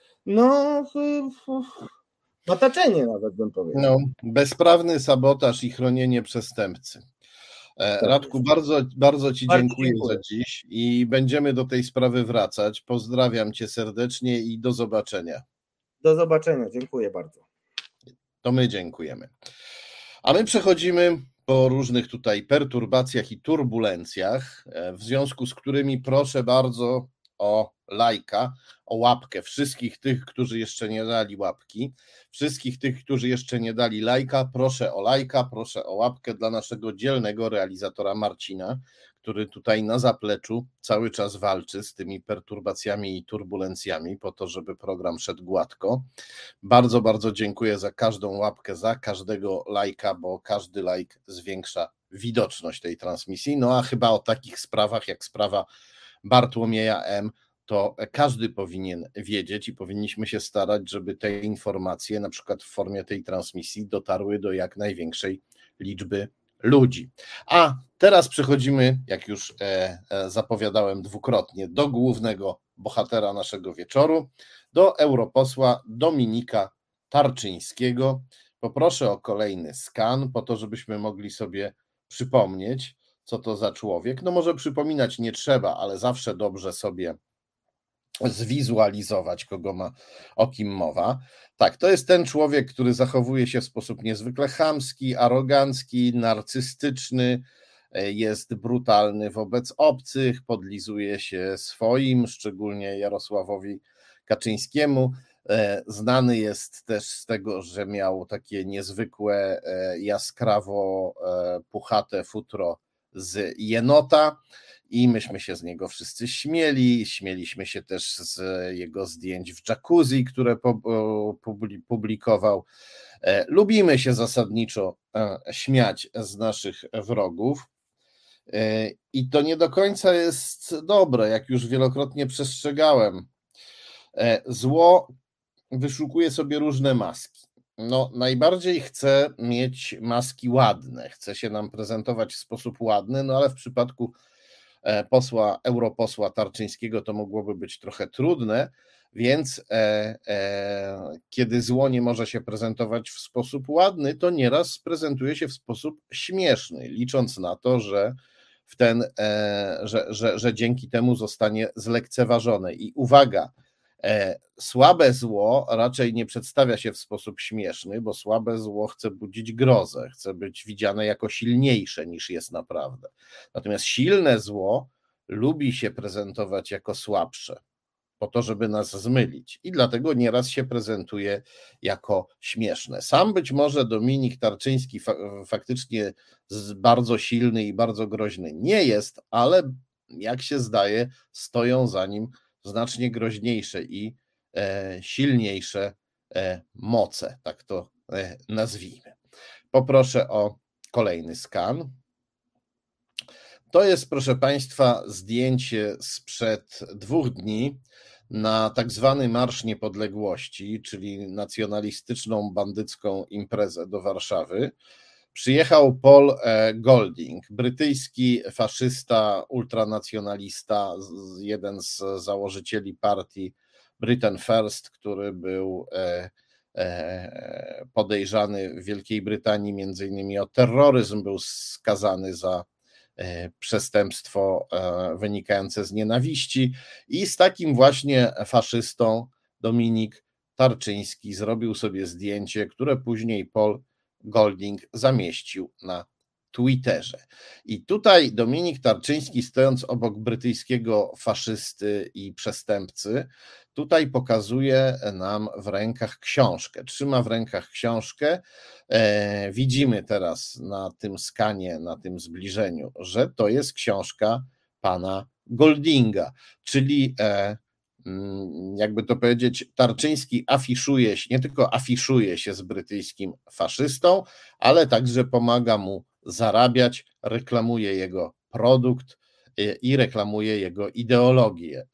mataczenie nawet, bym powiedział. Bezprawny sabotaż i chronienie przestępcy. Radku, bardzo Ci dziękuję za dziś i będziemy do tej sprawy wracać. Pozdrawiam Cię serdecznie i do zobaczenia. Do zobaczenia, dziękuję bardzo. To my dziękujemy. A my przechodzimy po różnych tutaj perturbacjach i turbulencjach, w związku z którymi proszę bardzo o lajka, o łapkę wszystkich tych, którzy jeszcze nie dali łapki, wszystkich tych, którzy jeszcze nie dali lajka, proszę o lajka, proszę o łapkę dla naszego dzielnego realizatora Marcina, który tutaj na zapleczu cały czas walczy z tymi perturbacjami i turbulencjami po to, żeby program szedł gładko. Bardzo, bardzo dziękuję za każdą łapkę, za każdego lajka, bo każdy lajk zwiększa widoczność tej transmisji. A chyba o takich sprawach jak sprawa Bartłomieja M., to każdy powinien wiedzieć i powinniśmy się starać, żeby te informacje, na przykład w formie tej transmisji, dotarły do jak największej liczby ludzi. A teraz przechodzimy, jak już zapowiadałem dwukrotnie, do głównego bohatera naszego wieczoru, do europosła Dominika Tarczyńskiego. Poproszę o kolejny skan, po to, żebyśmy mogli sobie przypomnieć, co to za człowiek. Może przypominać nie trzeba, ale zawsze dobrze sobie zwizualizować, o kim mowa. Tak, to jest ten człowiek, który zachowuje się w sposób niezwykle chamski, arogancki, narcystyczny, jest brutalny wobec obcych, podlizuje się swoim, szczególnie Jarosławowi Kaczyńskiemu. Znany jest też z tego, że miał takie niezwykłe, jaskrawo puchate futro z jenota i myśmy się z niego wszyscy śmieliśmy się też z jego zdjęć w jacuzzi, które publikował. Lubimy się zasadniczo śmiać z naszych wrogów i to nie do końca jest dobre, jak już wielokrotnie przestrzegałem. Zło wyszukuje sobie różne maski. Najbardziej chce mieć maski ładne, chce się nam prezentować w sposób ładny, ale w przypadku europosła Tarczyńskiego to mogłoby być trochę trudne, więc kiedy zło nie może się prezentować w sposób ładny, to nieraz prezentuje się w sposób śmieszny, licząc na to, że że dzięki temu zostanie zlekceważone. I uwaga, słabe zło raczej nie przedstawia się w sposób śmieszny, bo słabe zło chce budzić grozę, chce być widziane jako silniejsze niż jest naprawdę. Natomiast silne zło lubi się prezentować jako słabsze. po to, żeby nas zmylić i dlatego nieraz się prezentuje jako śmieszne. Sam być może Dominik Tarczyński faktycznie bardzo silny i bardzo groźny nie jest, ale jak się zdaje, stoją za nim znacznie groźniejsze i silniejsze moce, tak to nazwijmy. Poproszę o kolejny skan. To jest, proszę Państwa, zdjęcie sprzed 2 dni na tak zwany Marsz Niepodległości, czyli nacjonalistyczną, bandycką imprezę do Warszawy. Przyjechał Paul Golding, brytyjski faszysta, ultranacjonalista, jeden z założycieli partii Britain First, który był podejrzany w Wielkiej Brytanii między innymi o terroryzm, był skazany za przestępstwo wynikające z nienawiści i z takim właśnie faszystą Dominik Tarczyński zrobił sobie zdjęcie, które później Paul Golding zamieścił na Twitterze. I tutaj Dominik Tarczyński, stojąc obok brytyjskiego faszysty i przestępcy, tutaj pokazuje nam w rękach książkę. Trzyma w rękach książkę. Widzimy teraz na tym skanie, na tym zbliżeniu, że to jest książka pana Goldinga, czyli jakby to powiedzieć, Tarczyński afiszuje się, nie tylko afiszuje się z brytyjskim faszystą, ale także pomaga mu zarabiać, reklamuje jego produkt i reklamuje jego ideologię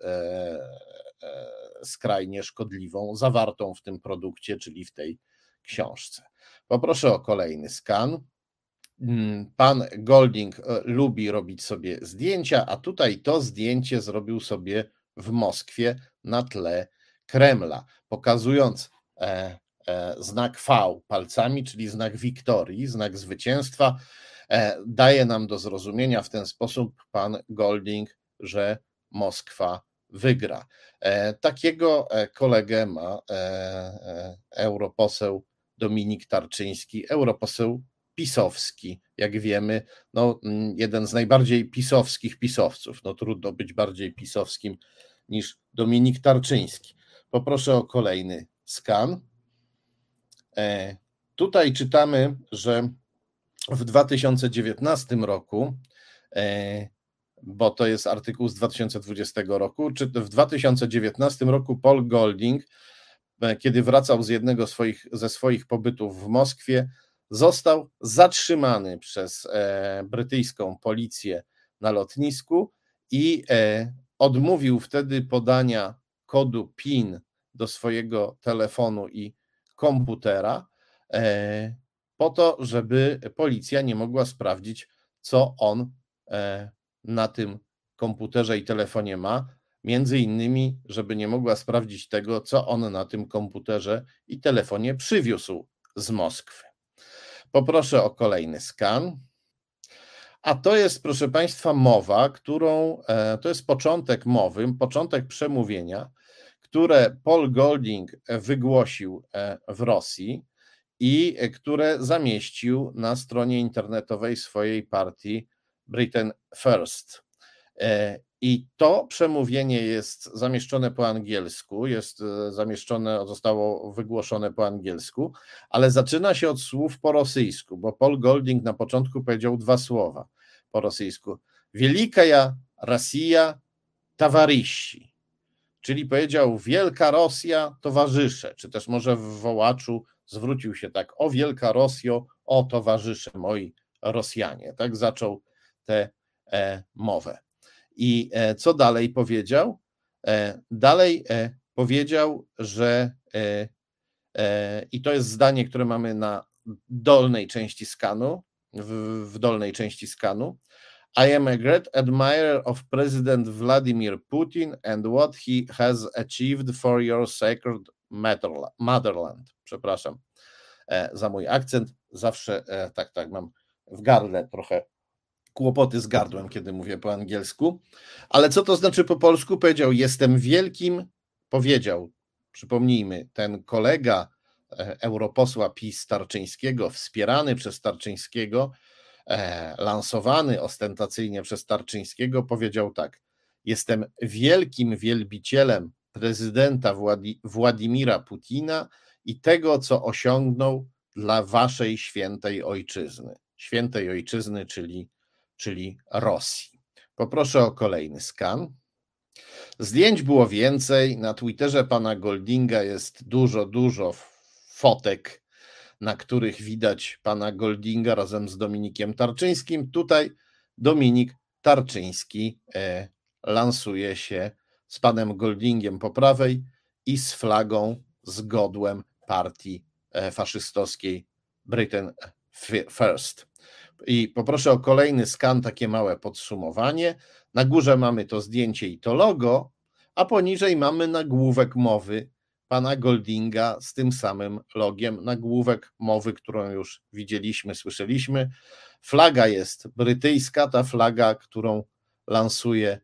skrajnie szkodliwą, zawartą w tym produkcie, czyli w tej książce. Poproszę o kolejny skan. Pan Golding lubi robić sobie zdjęcia, a tutaj to zdjęcie zrobił sobie w Moskwie na tle Kremla, pokazując znak V palcami, czyli znak wiktorii, znak zwycięstwa. Daje nam do zrozumienia w ten sposób pan Golding, że Moskwa wygra. Takiego kolegę ma europoseł Dominik Tarczyński, europoseł pisowski, jak wiemy, no, jeden z najbardziej pisowskich pisowców. No, trudno być bardziej pisowskim niż Dominik Tarczyński. Poproszę o kolejny skan. Tutaj czytamy, że w 2019 roku, bo to jest artykuł z 2020 roku, czy w 2019 roku Paul Golding, kiedy wracał z jednego ze swoich pobytów w Moskwie, został zatrzymany przez brytyjską policję na lotnisku i odmówił wtedy podania kodu PIN do swojego telefonu i komputera po to, żeby policja nie mogła sprawdzić, co on na tym komputerze i telefonie ma, między innymi, żeby nie mogła sprawdzić tego, co on na tym komputerze i telefonie przywiózł z Moskwy. Poproszę o kolejny skan. A to jest, proszę Państwa, mowa, to jest początek mowy, początek przemówienia, które Paul Golding wygłosił w Rosji i które zamieścił na stronie internetowej swojej partii Britain First. I to przemówienie jest zamieszczone po angielsku, zostało wygłoszone po angielsku, ale zaczyna się od słów po rosyjsku, bo Paul Golding na początku powiedział 2 słowa po rosyjsku. Wielikaja Rosja towarzyszy, czyli powiedział Wielka Rosja towarzysze, czy też może w wołaczu zwrócił się tak: o Wielka Rosjo, o towarzysze moi Rosjanie. Tak zaczął tę mowę. I co dalej powiedział? Dalej powiedział, że i to jest zdanie, które mamy na dolnej części skanu, w dolnej części skanu. I am a great admirer of President Vladimir Putin and what he has achieved for your sacred motherland. Przepraszam za mój akcent. Zawsze tak mam w gardle trochę kłopoty z gardłem, kiedy mówię po angielsku. Ale co to znaczy po polsku? Powiedział, przypomnijmy, ten kolega europosła PiS Tarczyńskiego, wspierany przez Tarczyńskiego, lansowany ostentacyjnie przez Tarczyńskiego, powiedział tak: jestem wielkim wielbicielem prezydenta Władimira Putina i tego, co osiągnął dla waszej świętej ojczyzny, czyli Rosji. Poproszę o kolejny skan. Zdjęć było więcej. Na Twitterze pana Goldinga jest dużo fotek, na których widać pana Goldinga razem z Dominikiem Tarczyńskim. Tutaj Dominik Tarczyński lansuje się z panem Goldingiem po prawej i z flagą, z godłem partii faszystowskiej Britain First. I poproszę o kolejny skan, takie małe podsumowanie. Na górze mamy to zdjęcie i to logo, a poniżej mamy nagłówek mowy pana Goldinga z tym samym logiem. Nagłówek mowy, którą już widzieliśmy, słyszeliśmy. Flaga jest brytyjska, ta flaga, którą lansuje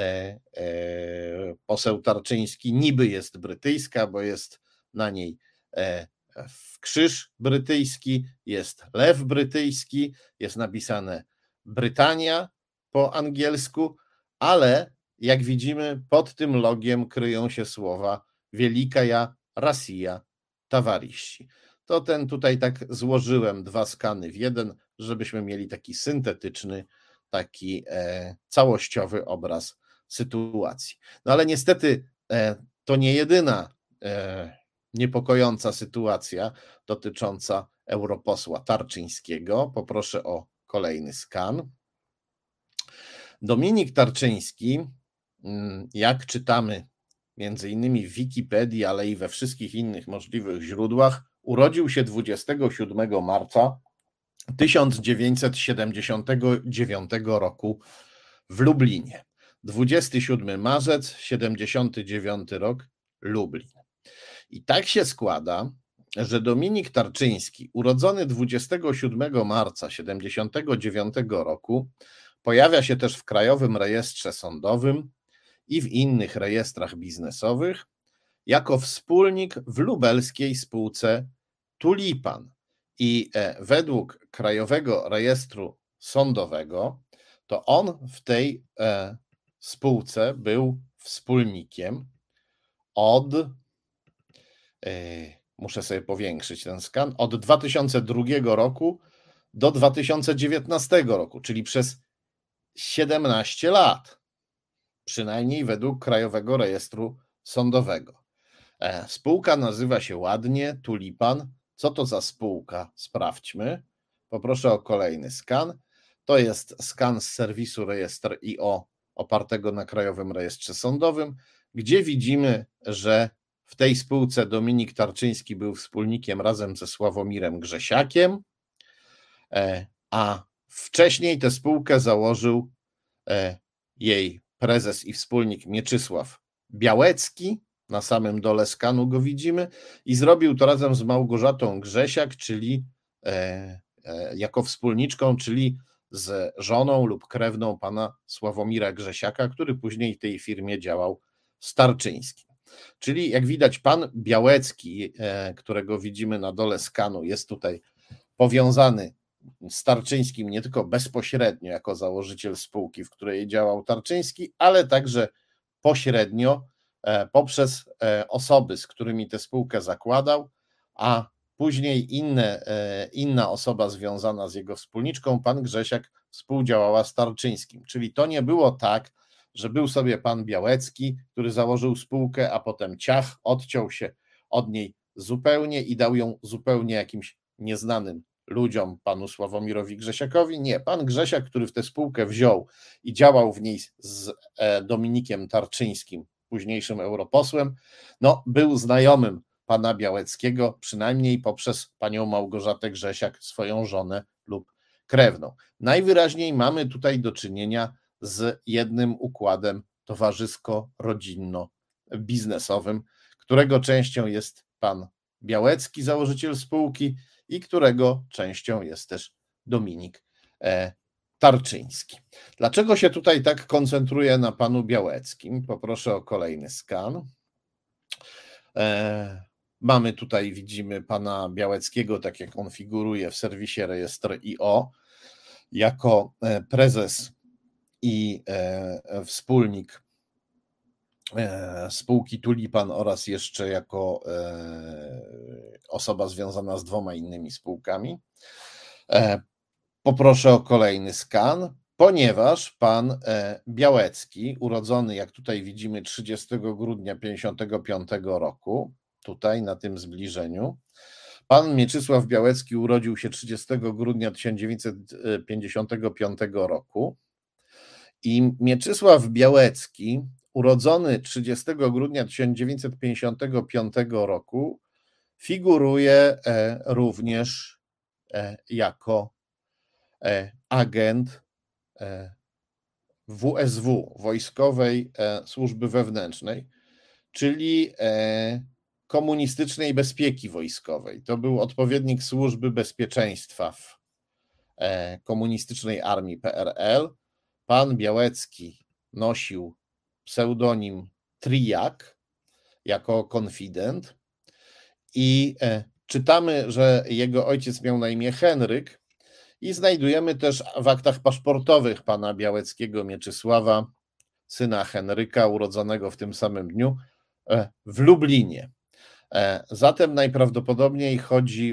poseł Tarczyński, niby jest brytyjska, bo jest na niej krzyż brytyjski, jest lew brytyjski, jest napisane Brytania po angielsku, ale jak widzimy, pod tym logiem kryją się słowa Wielikaja Rosja Tawariści. To tutaj tak złożyłem dwa skany w jeden, żebyśmy mieli taki syntetyczny, taki całościowy obraz sytuacji. No ale niestety to nie jedyna niepokojąca sytuacja dotycząca europosła Tarczyńskiego. Poproszę o kolejny skan. Dominik Tarczyński, jak czytamy między innymi w Wikipedii, ale i we wszystkich innych możliwych źródłach, urodził się 27 marca 1979 roku w Lublinie. 27 marzec 79 rok Lublin. I tak się składa, że Dominik Tarczyński, urodzony 27 marca 79 roku, pojawia się też w Krajowym Rejestrze Sądowym i w innych rejestrach biznesowych jako wspólnik w lubelskiej spółce Tulipan. I według Krajowego Rejestru Sądowego to on w tej spółce był wspólnikiem od, muszę sobie powiększyć ten skan, od 2002 roku do 2019 roku, czyli przez 17 lat, przynajmniej według Krajowego Rejestru Sądowego. Spółka nazywa się ładnie Tulipan. Co to za spółka? Sprawdźmy. Poproszę o kolejny skan. To jest skan z serwisu Rejestr.io opartego na Krajowym Rejestrze Sądowym, gdzie widzimy, że w tej spółce Dominik Tarczyński był wspólnikiem razem ze Sławomirem Grzesiakiem, a wcześniej tę spółkę założył jej prezes i wspólnik Mieczysław Białecki. Na samym dole skanu go widzimy i zrobił to razem z Małgorzatą Grzesiak, czyli jako wspólniczką, czyli z żoną lub krewną pana Sławomira Grzesiaka, który później w tej firmie działał z Tarczyńskim. Czyli jak widać, pan Białecki, którego widzimy na dole skanu, jest tutaj powiązany z Tarczyńskim nie tylko bezpośrednio jako założyciel spółki, w której działał Tarczyński, ale także pośrednio poprzez osoby, z którymi tę spółkę zakładał, a później inna osoba związana z jego wspólniczką, pan Grzesiak, współdziałała z Tarczyńskim. Czyli to nie było tak, że był sobie pan Białecki, który założył spółkę, a potem ciach, odciął się od niej zupełnie i dał ją zupełnie jakimś nieznanym ludziom, panu Sławomirowi Grzesiakowi. Nie, pan Grzesiak, który w tę spółkę wziął i działał w niej z Dominikiem Tarczyńskim, późniejszym europosłem, no, był znajomym pana Białeckiego, przynajmniej poprzez panią Małgorzatę Grzesiak, swoją żonę lub krewną. Najwyraźniej mamy tutaj do czynienia z jednym układem towarzysko-rodzinno-biznesowym, którego częścią jest pan Białecki, założyciel spółki, i którego częścią jest też Dominik Tarczyński. Dlaczego się tutaj tak koncentruję na panu Białeckim? Poproszę o kolejny skan. Mamy tutaj, widzimy pana Białeckiego, tak jak on figuruje w serwisie Rejestr.io, jako prezes i wspólnik spółki Tulipan oraz jeszcze jako osoba związana z 2 innymi spółkami. Poproszę o kolejny skan, ponieważ pan Białecki, urodzony, jak tutaj widzimy, 30 grudnia 1955 roku, tutaj na tym zbliżeniu, pan Mieczysław Białecki urodził się 30 grudnia 1955 roku i Mieczysław Białecki, urodzony 30 grudnia 1955 roku, figuruje również jako agent WSW, Wojskowej Służby Wewnętrznej, czyli komunistycznej bezpieki wojskowej. To był odpowiednik Służby Bezpieczeństwa w komunistycznej armii PRL. Pan Białecki nosił pseudonim Trijak jako konfident i czytamy, że jego ojciec miał na imię Henryk i znajdujemy też w aktach paszportowych pana Białeckiego Mieczysława, syna Henryka, urodzonego w tym samym dniu w Lublinie. Zatem najprawdopodobniej chodzi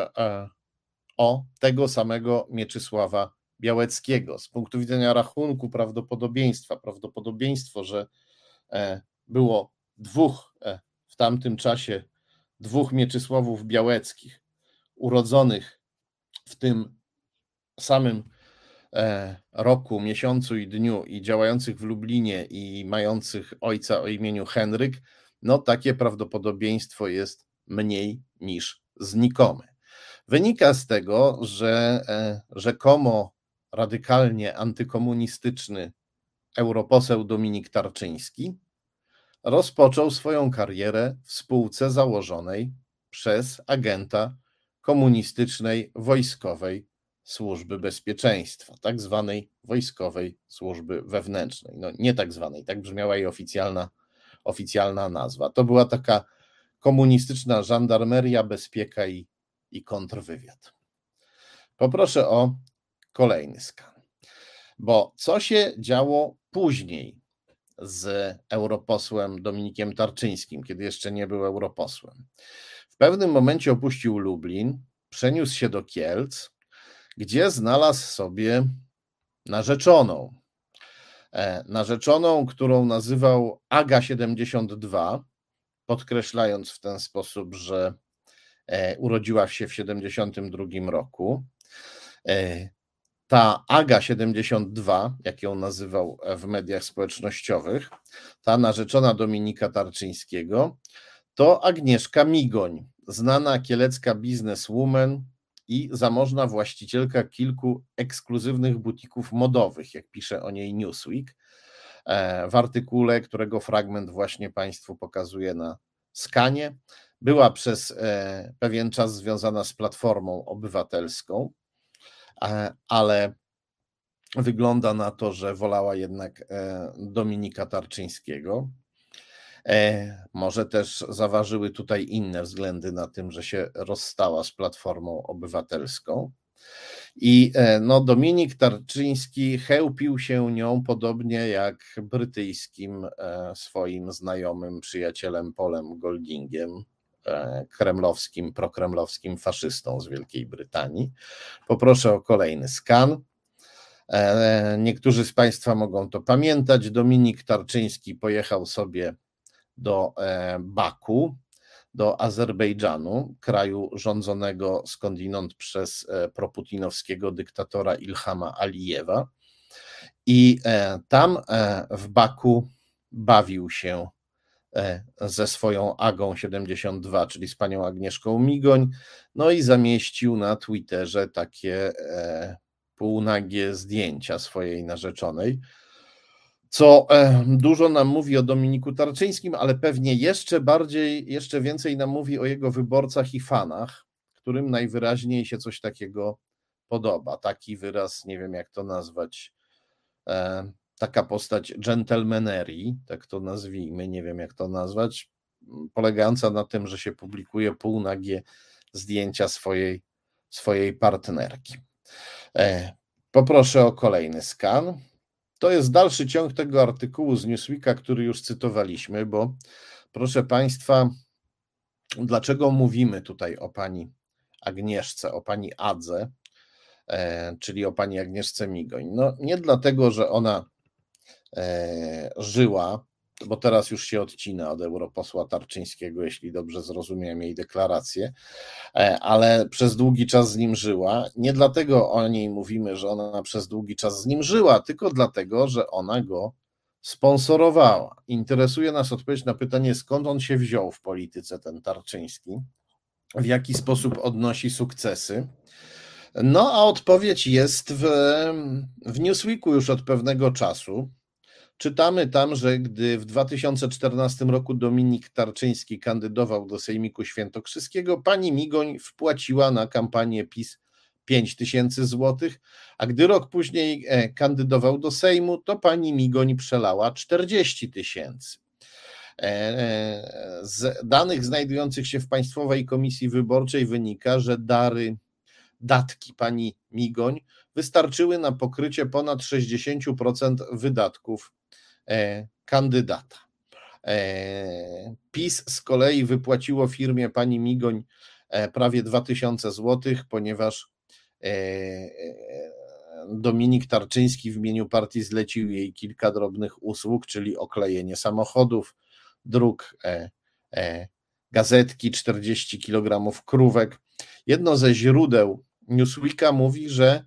o tego samego Mieczysława Białeckiego. Z punktu widzenia rachunku prawdopodobieństwo, że było w tamtym czasie dwóch Mieczysławów Białockich urodzonych w tym samym roku, miesiącu i dniu i działających w Lublinie i mających ojca o imieniu Henryk, no takie prawdopodobieństwo jest mniej niż znikome. Wynika z tego, że rzekomo radykalnie antykomunistyczny europoseł Dominik Tarczyński rozpoczął swoją karierę w spółce założonej przez agenta komunistycznej wojskowej Służby Bezpieczeństwa, tak zwanej Wojskowej Służby Wewnętrznej. No nie tak zwanej, tak brzmiała jej oficjalna nazwa. To była taka komunistyczna żandarmeria, bezpieka i kontrwywiad. Poproszę o kolejny skan. Bo co się działo później z europosłem Dominikiem Tarczyńskim, kiedy jeszcze nie był europosłem? W pewnym momencie opuścił Lublin, przeniósł się do Kielc, gdzie znalazł sobie narzeczoną, którą nazywał Aga 72, podkreślając w ten sposób, że urodziła się w 72 roku. Ta Aga 72, jak ją nazywał w mediach społecznościowych, ta narzeczona Dominika Tarczyńskiego, to Agnieszka Migoń, znana kielecka bizneswoman i zamożna właścicielka kilku ekskluzywnych butików modowych, jak pisze o niej Newsweek, w artykule, którego fragment właśnie Państwu pokazuję na skanie. Była przez pewien czas związana z Platformą Obywatelską, ale wygląda na to, że wolała jednak Dominika Tarczyńskiego. Może też zaważyły tutaj inne względy na tym, że się rozstała z Platformą Obywatelską. I no, Dominik Tarczyński chełpił się nią podobnie jak brytyjskim swoim znajomym przyjacielem Polem Goldingiem, prokremlowskim faszystą z Wielkiej Brytanii. Poproszę o kolejny skan. Niektórzy z Państwa mogą to pamiętać. Dominik Tarczyński pojechał sobie do Baku, do Azerbejdżanu, kraju rządzonego skądinąd przez proputinowskiego dyktatora Ilhama Alijewa. I tam w Baku bawił się ze swoją Agą 72, czyli z panią Agnieszką Migoń, no i zamieścił na Twitterze takie półnagie zdjęcia swojej narzeczonej, co dużo nam mówi o Dominiku Tarczyńskim, ale pewnie jeszcze więcej nam mówi o jego wyborcach i fanach, którym najwyraźniej się coś takiego podoba. Taki wyraz, nie wiem jak to nazwać, taka postać gentlemanerii, tak to nazwijmy, nie wiem jak to nazwać, polegająca na tym, że się publikuje półnagie zdjęcia swojej partnerki. Poproszę o kolejny skan. To jest dalszy ciąg tego artykułu z Newsweeka, który już cytowaliśmy, bo proszę Państwa, dlaczego mówimy tutaj o pani Agnieszce, o pani Adze, czyli o pani Agnieszce Migoń? No nie dlatego, że ona żyła, bo teraz już się odcina od europosła Tarczyńskiego, jeśli dobrze zrozumiałem jej deklarację, ale przez długi czas z nim żyła. Nie dlatego o niej mówimy, że ona przez długi czas z nim żyła, tylko dlatego, że ona go sponsorowała. Interesuje nas odpowiedź na pytanie, skąd on się wziął w polityce, ten Tarczyński, w jaki sposób odnosi sukcesy. No a odpowiedź jest w Newsweeku już od pewnego czasu. Czytamy tam, że gdy w 2014 roku Dominik Tarczyński kandydował do Sejmiku Świętokrzyskiego, pani Migoń wpłaciła na kampanię PiS 5000 złotych, a gdy rok później kandydował do Sejmu, to pani Migoń przelała 40 000. Z danych znajdujących się w Państwowej Komisji Wyborczej wynika, że datki pani Migoń wystarczyły na pokrycie ponad 60% wydatków kandydata. PiS z kolei wypłaciło firmie pani Migoń prawie 2000 złotych, ponieważ Dominik Tarczyński w imieniu partii zlecił jej kilka drobnych usług, czyli oklejenie samochodów, druk, gazetki, 40 kg krówek. Jedno ze źródeł Newsweeka mówi, że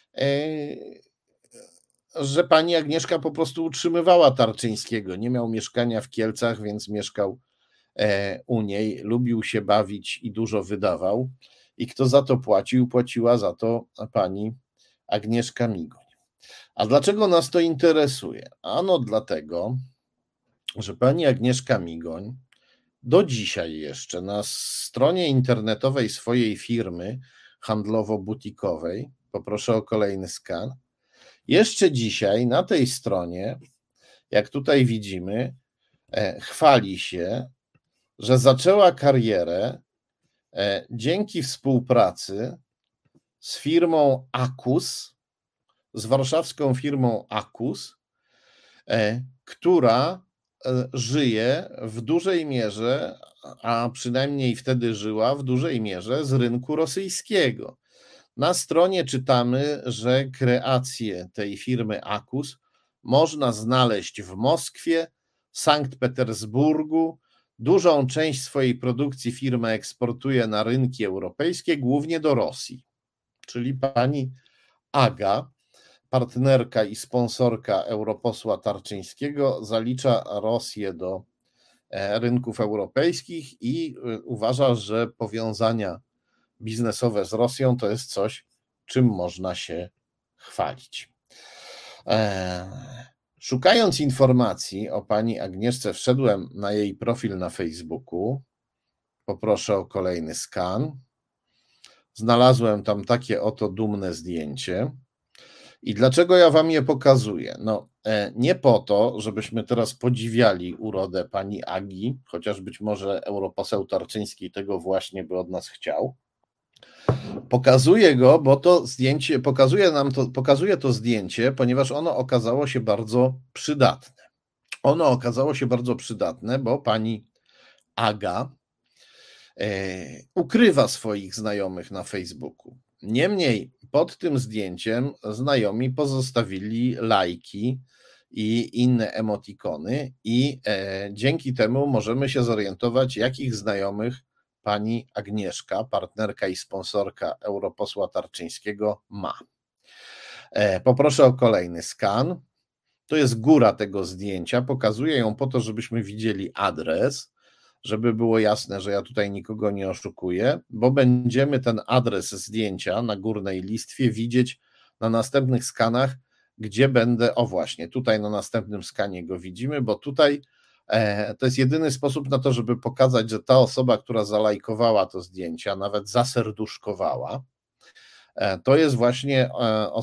pani Agnieszka po prostu utrzymywała Tarczyńskiego. Nie miał mieszkania w Kielcach, więc mieszkał u niej, lubił się bawić i dużo wydawał. I kto za to płacił? Płaciła za to pani Agnieszka Migoń. A dlaczego nas to interesuje? Ano dlatego, że pani Agnieszka Migoń do dzisiaj jeszcze na stronie internetowej swojej firmy handlowo-butikowej, poproszę o kolejny skan, jeszcze dzisiaj na tej stronie, jak tutaj widzimy, chwali się, że zaczęła karierę dzięki współpracy z firmą Akus, z warszawską firmą Akus, która żyje w dużej mierze, a przynajmniej wtedy żyła w dużej mierze z rynku rosyjskiego. Na stronie czytamy, że kreacje tej firmy Akus można znaleźć w Moskwie, Sankt Petersburgu. Dużą część swojej produkcji firma eksportuje na rynki europejskie, głównie do Rosji. Czyli pani Aga, partnerka i sponsorka europosła Tarczyńskiego, zalicza Rosję do rynków europejskich i uważa, że powiązania biznesowe z Rosją to jest coś, czym można się chwalić. Szukając informacji o pani Agnieszce, wszedłem na jej profil na Facebooku. Poproszę o kolejny skan. Znalazłem tam takie oto dumne zdjęcie. I dlaczego ja wam je pokazuję? No, nie po to, żebyśmy teraz podziwiali urodę pani Agi, chociaż być może europoseł Tarczyński tego właśnie by od nas chciał. Pokazuję go, bo to zdjęcie pokazuje to zdjęcie, ponieważ ono okazało się bardzo przydatne. Ono okazało się bardzo przydatne, bo pani Aga ukrywa swoich znajomych na Facebooku. Niemniej pod tym zdjęciem znajomi pozostawili lajki i inne emotikony i dzięki temu możemy się zorientować, jakich znajomych pani Agnieszka, partnerka i sponsorka europosła Tarczyńskiego, ma. Poproszę o kolejny skan. To jest góra tego zdjęcia. Pokazuję ją po to, żebyśmy widzieli adres, żeby było jasne, że ja tutaj nikogo nie oszukuję, bo będziemy ten adres zdjęcia na górnej listwie widzieć na następnych skanach, gdzie będę, o właśnie, tutaj na następnym skanie go widzimy, bo tutaj to jest jedyny sposób na to, żeby pokazać, że ta osoba, która zalajkowała to zdjęcie, a nawet zaserduszkowała, to jest właśnie,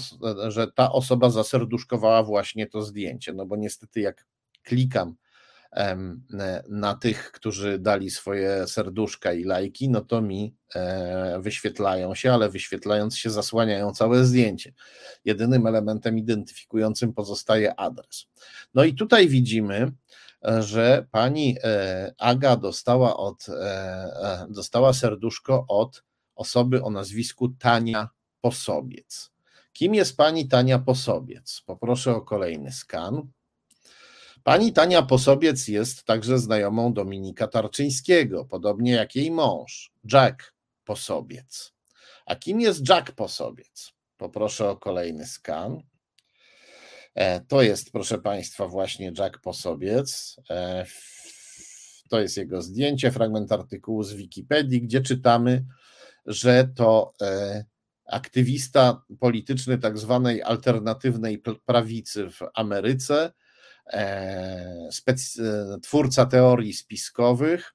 że ta osoba zaserduszkowała właśnie to zdjęcie, no bo niestety jak klikam na tych, którzy dali swoje serduszka i lajki, no to mi wyświetlają się, ale wyświetlając się zasłaniają całe zdjęcie. Jedynym elementem identyfikującym pozostaje adres. No i tutaj widzimy, że pani Aga dostała serduszko od osoby o nazwisku Tania Posobiec. Kim jest pani Tania Posobiec? Poproszę o kolejny skan. Pani Tania Posobiec jest także znajomą Dominika Tarczyńskiego, podobnie jak jej mąż, Jack Posobiec. A kim jest Jack Posobiec? Poproszę o kolejny skan. To jest, proszę Państwa, właśnie Jack Posobiec. To jest jego zdjęcie, fragment artykułu z Wikipedii, gdzie czytamy, że to aktywista polityczny tak zwanej alternatywnej prawicy w Ameryce, twórca teorii spiskowych,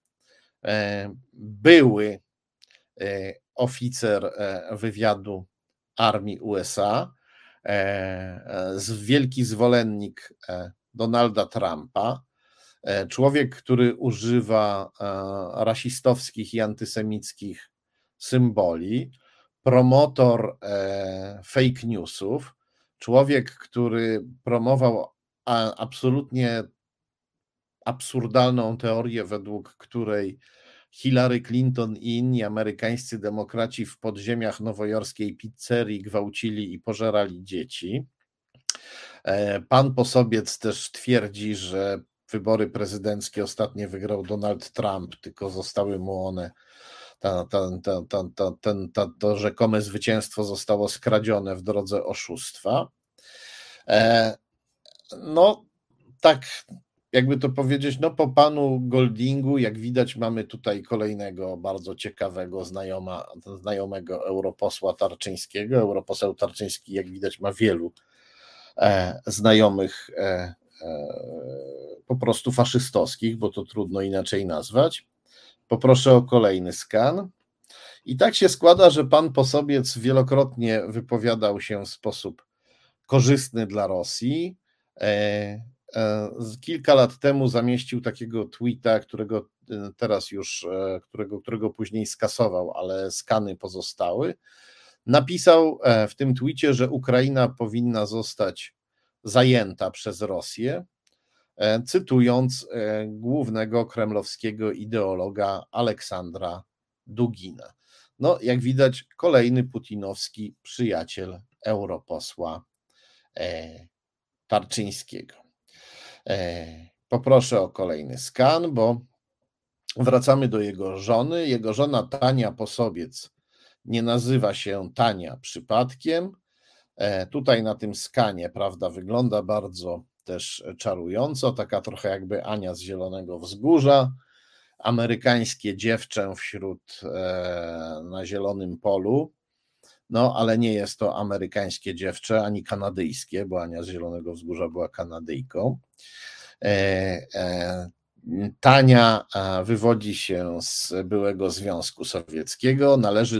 były oficer wywiadu armii USA, wielki zwolennik Donalda Trumpa, człowiek, który używa rasistowskich i antysemickich symboli, promotor fake newsów, człowiek, który promował absolutnie absurdalną teorię, według której Hillary Clinton i inni amerykańscy demokraci w podziemiach nowojorskiej pizzerii gwałcili i pożerali dzieci. Pan Posobiec też twierdzi, że wybory prezydenckie ostatnie wygrał Donald Trump, tylko zostały mu one, to rzekome zwycięstwo zostało skradzione w drodze oszustwa. No tak, jakby to powiedzieć, no po panu Goldingu, jak widać, mamy tutaj kolejnego bardzo ciekawego znajomego europosła Tarczyńskiego. Europoseł Tarczyński, jak widać, ma wielu znajomych po prostu faszystowskich, bo to trudno inaczej nazwać. Poproszę o kolejny skan. I tak się składa, że pan Posobiec wielokrotnie wypowiadał się w sposób korzystny dla Rosji. Kilka lat temu zamieścił takiego tweeta, którego teraz już, którego później skasował, ale skany pozostały. Napisał w tym tweetie, że Ukraina powinna zostać zajęta przez Rosję, cytując głównego kremlowskiego ideologa Aleksandra Dugina. No, jak widać, kolejny putinowski przyjaciel europosła Tarczyńskiego. Poproszę o kolejny skan, bo wracamy do jego żony. Jego żona Tania Posobiec nie nazywa się Tania przypadkiem. Tutaj na tym skanie, prawda, wygląda bardzo też czarująco, taka trochę jakby Ania z Zielonego Wzgórza, amerykańskie dziewczę na zielonym polu, no ale nie jest to amerykańskie dziewczę, ani kanadyjskie, bo Ania z Zielonego Wzgórza była Kanadyjką. Tania wywodzi się z byłego Związku Sowieckiego,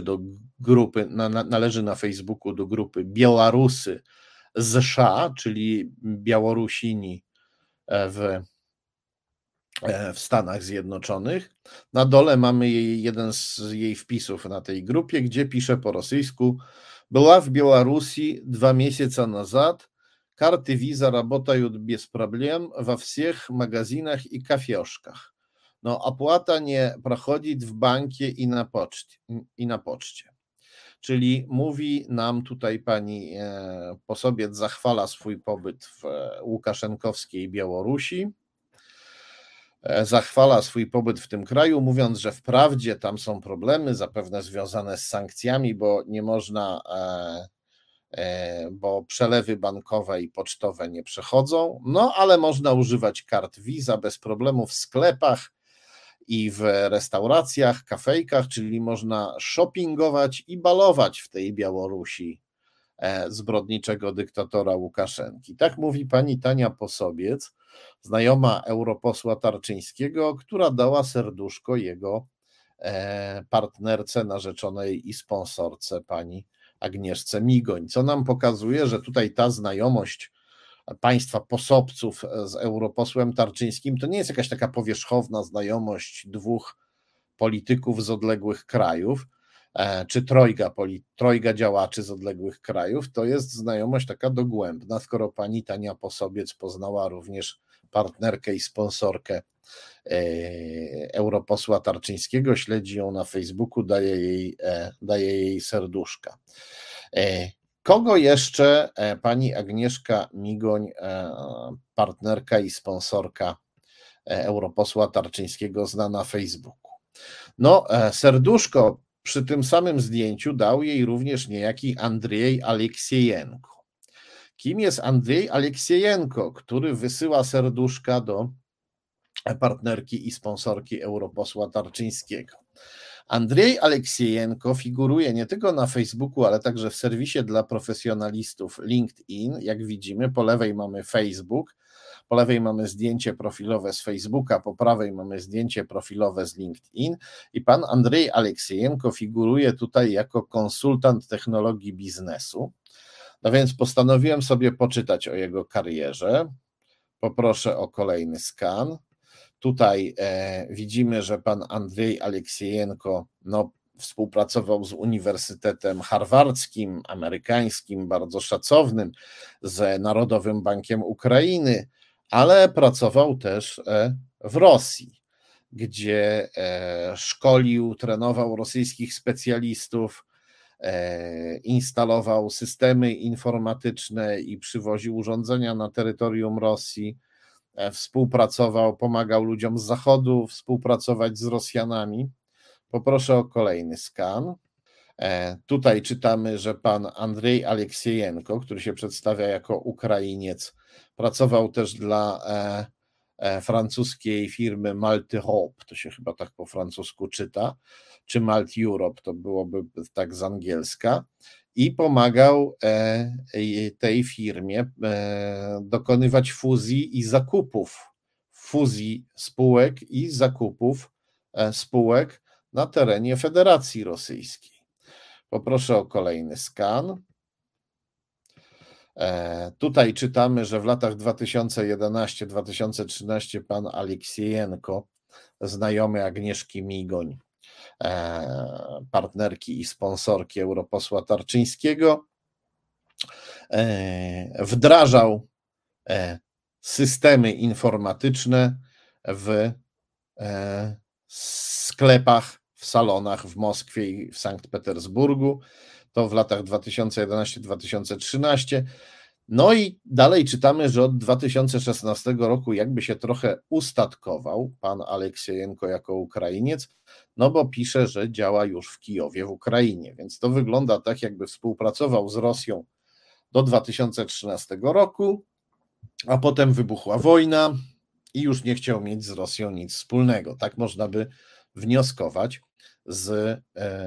należy na Facebooku do grupy Białorusy z США, czyli Białorusini w Stanach Zjednoczonych. Na dole mamy jeden z jej wpisów na tej grupie, gdzie pisze po rosyjsku: była w Białorusi 2 miesiące назад, karty Visa работают без проблем во всех магазинах и кафешках, no opłata nie проходит w bankie i na poczcie. Czyli mówi nam tutaj pani Posobiec, zachwala swój pobyt w łukaszenkowskiej Białorusi, zachwala swój pobyt w tym kraju, mówiąc, że wprawdzie tam są problemy, zapewne związane z sankcjami, bo nie można, bo przelewy bankowe i pocztowe nie przechodzą, no ale można używać kart Visa bez problemu w sklepach i w restauracjach, kafejkach, czyli można shoppingować i balować w tej Białorusi zbrodniczego dyktatora Łukaszenki. Tak mówi pani Tania Posobiec, znajoma europosła Tarczyńskiego, która dała serduszko jego partnerce, narzeczonej i sponsorce pani Agnieszce Migoń, co nam pokazuje, że tutaj ta znajomość państwa posobców z europosłem Tarczyńskim, to nie jest jakaś taka powierzchowna znajomość dwóch polityków z odległych krajów, czy trojga działaczy z odległych krajów, to jest znajomość taka dogłębna, skoro pani Tania Posobiec poznała również partnerkę i sponsorkę europosła Tarczyńskiego, śledzi ją na Facebooku, daje jej serduszka. Kogo jeszcze pani Agnieszka Migoń, partnerka i sponsorka europosła Tarczyńskiego, zna na Facebooku? No, serduszko przy tym samym zdjęciu dał jej również niejaki Andrzej Aleksiejenko. Kim jest Andrzej Aleksiejenko, który wysyła serduszka do partnerki i sponsorki europosła Tarczyńskiego? Andrzej Aleksiejenko figuruje nie tylko na Facebooku, ale także w serwisie dla profesjonalistów LinkedIn. Jak widzimy, po lewej mamy Facebook, po lewej mamy zdjęcie profilowe z Facebooka, po prawej mamy zdjęcie profilowe z LinkedIn i pan Andrzej Aleksiejenko figuruje tutaj jako konsultant technologii biznesu. No więc postanowiłem sobie poczytać o jego karierze. Poproszę o kolejny skan. Tutaj widzimy, że pan Andrzej Aleksiejenko współpracował z Uniwersytetem Harvardzkim, amerykańskim, bardzo szacownym, z Narodowym Bankiem Ukrainy, ale pracował też w Rosji, gdzie szkolił, trenował rosyjskich specjalistów, instalował systemy informatyczne i przywoził urządzenia na terytorium Rosji. Współpracował, pomagał ludziom z Zachodu współpracować z Rosjanami. Poproszę o kolejny skan. Tutaj czytamy, że pan Andrzej Aleksiejenko, który się przedstawia jako Ukrainiec, pracował też dla francuskiej firmy Multihope, to się chyba tak po francusku czyta, czy Multi Europe, to byłoby tak z angielska, i pomagał tej firmie dokonywać fuzji i zakupów, fuzji spółek i zakupów spółek na terenie Federacji Rosyjskiej. Poproszę o kolejny skan. Tutaj czytamy, że w latach 2011-2013 pan Aleksiejenko, znajomy Agnieszki Migoń, partnerki i sponsorki europosła Tarczyńskiego, wdrażał systemy informatyczne w sklepach, w salonach w Moskwie i w Sankt Petersburgu. To w latach 2011-2013. No i dalej czytamy, że od 2016 roku jakby się trochę ustatkował pan Aleksiejenko jako Ukrainiec, no bo pisze, że działa już w Kijowie w Ukrainie, więc to wygląda tak, jakby współpracował z Rosją do 2013 roku, a potem wybuchła wojna i już nie chciał mieć z Rosją nic wspólnego. Tak można by wnioskować z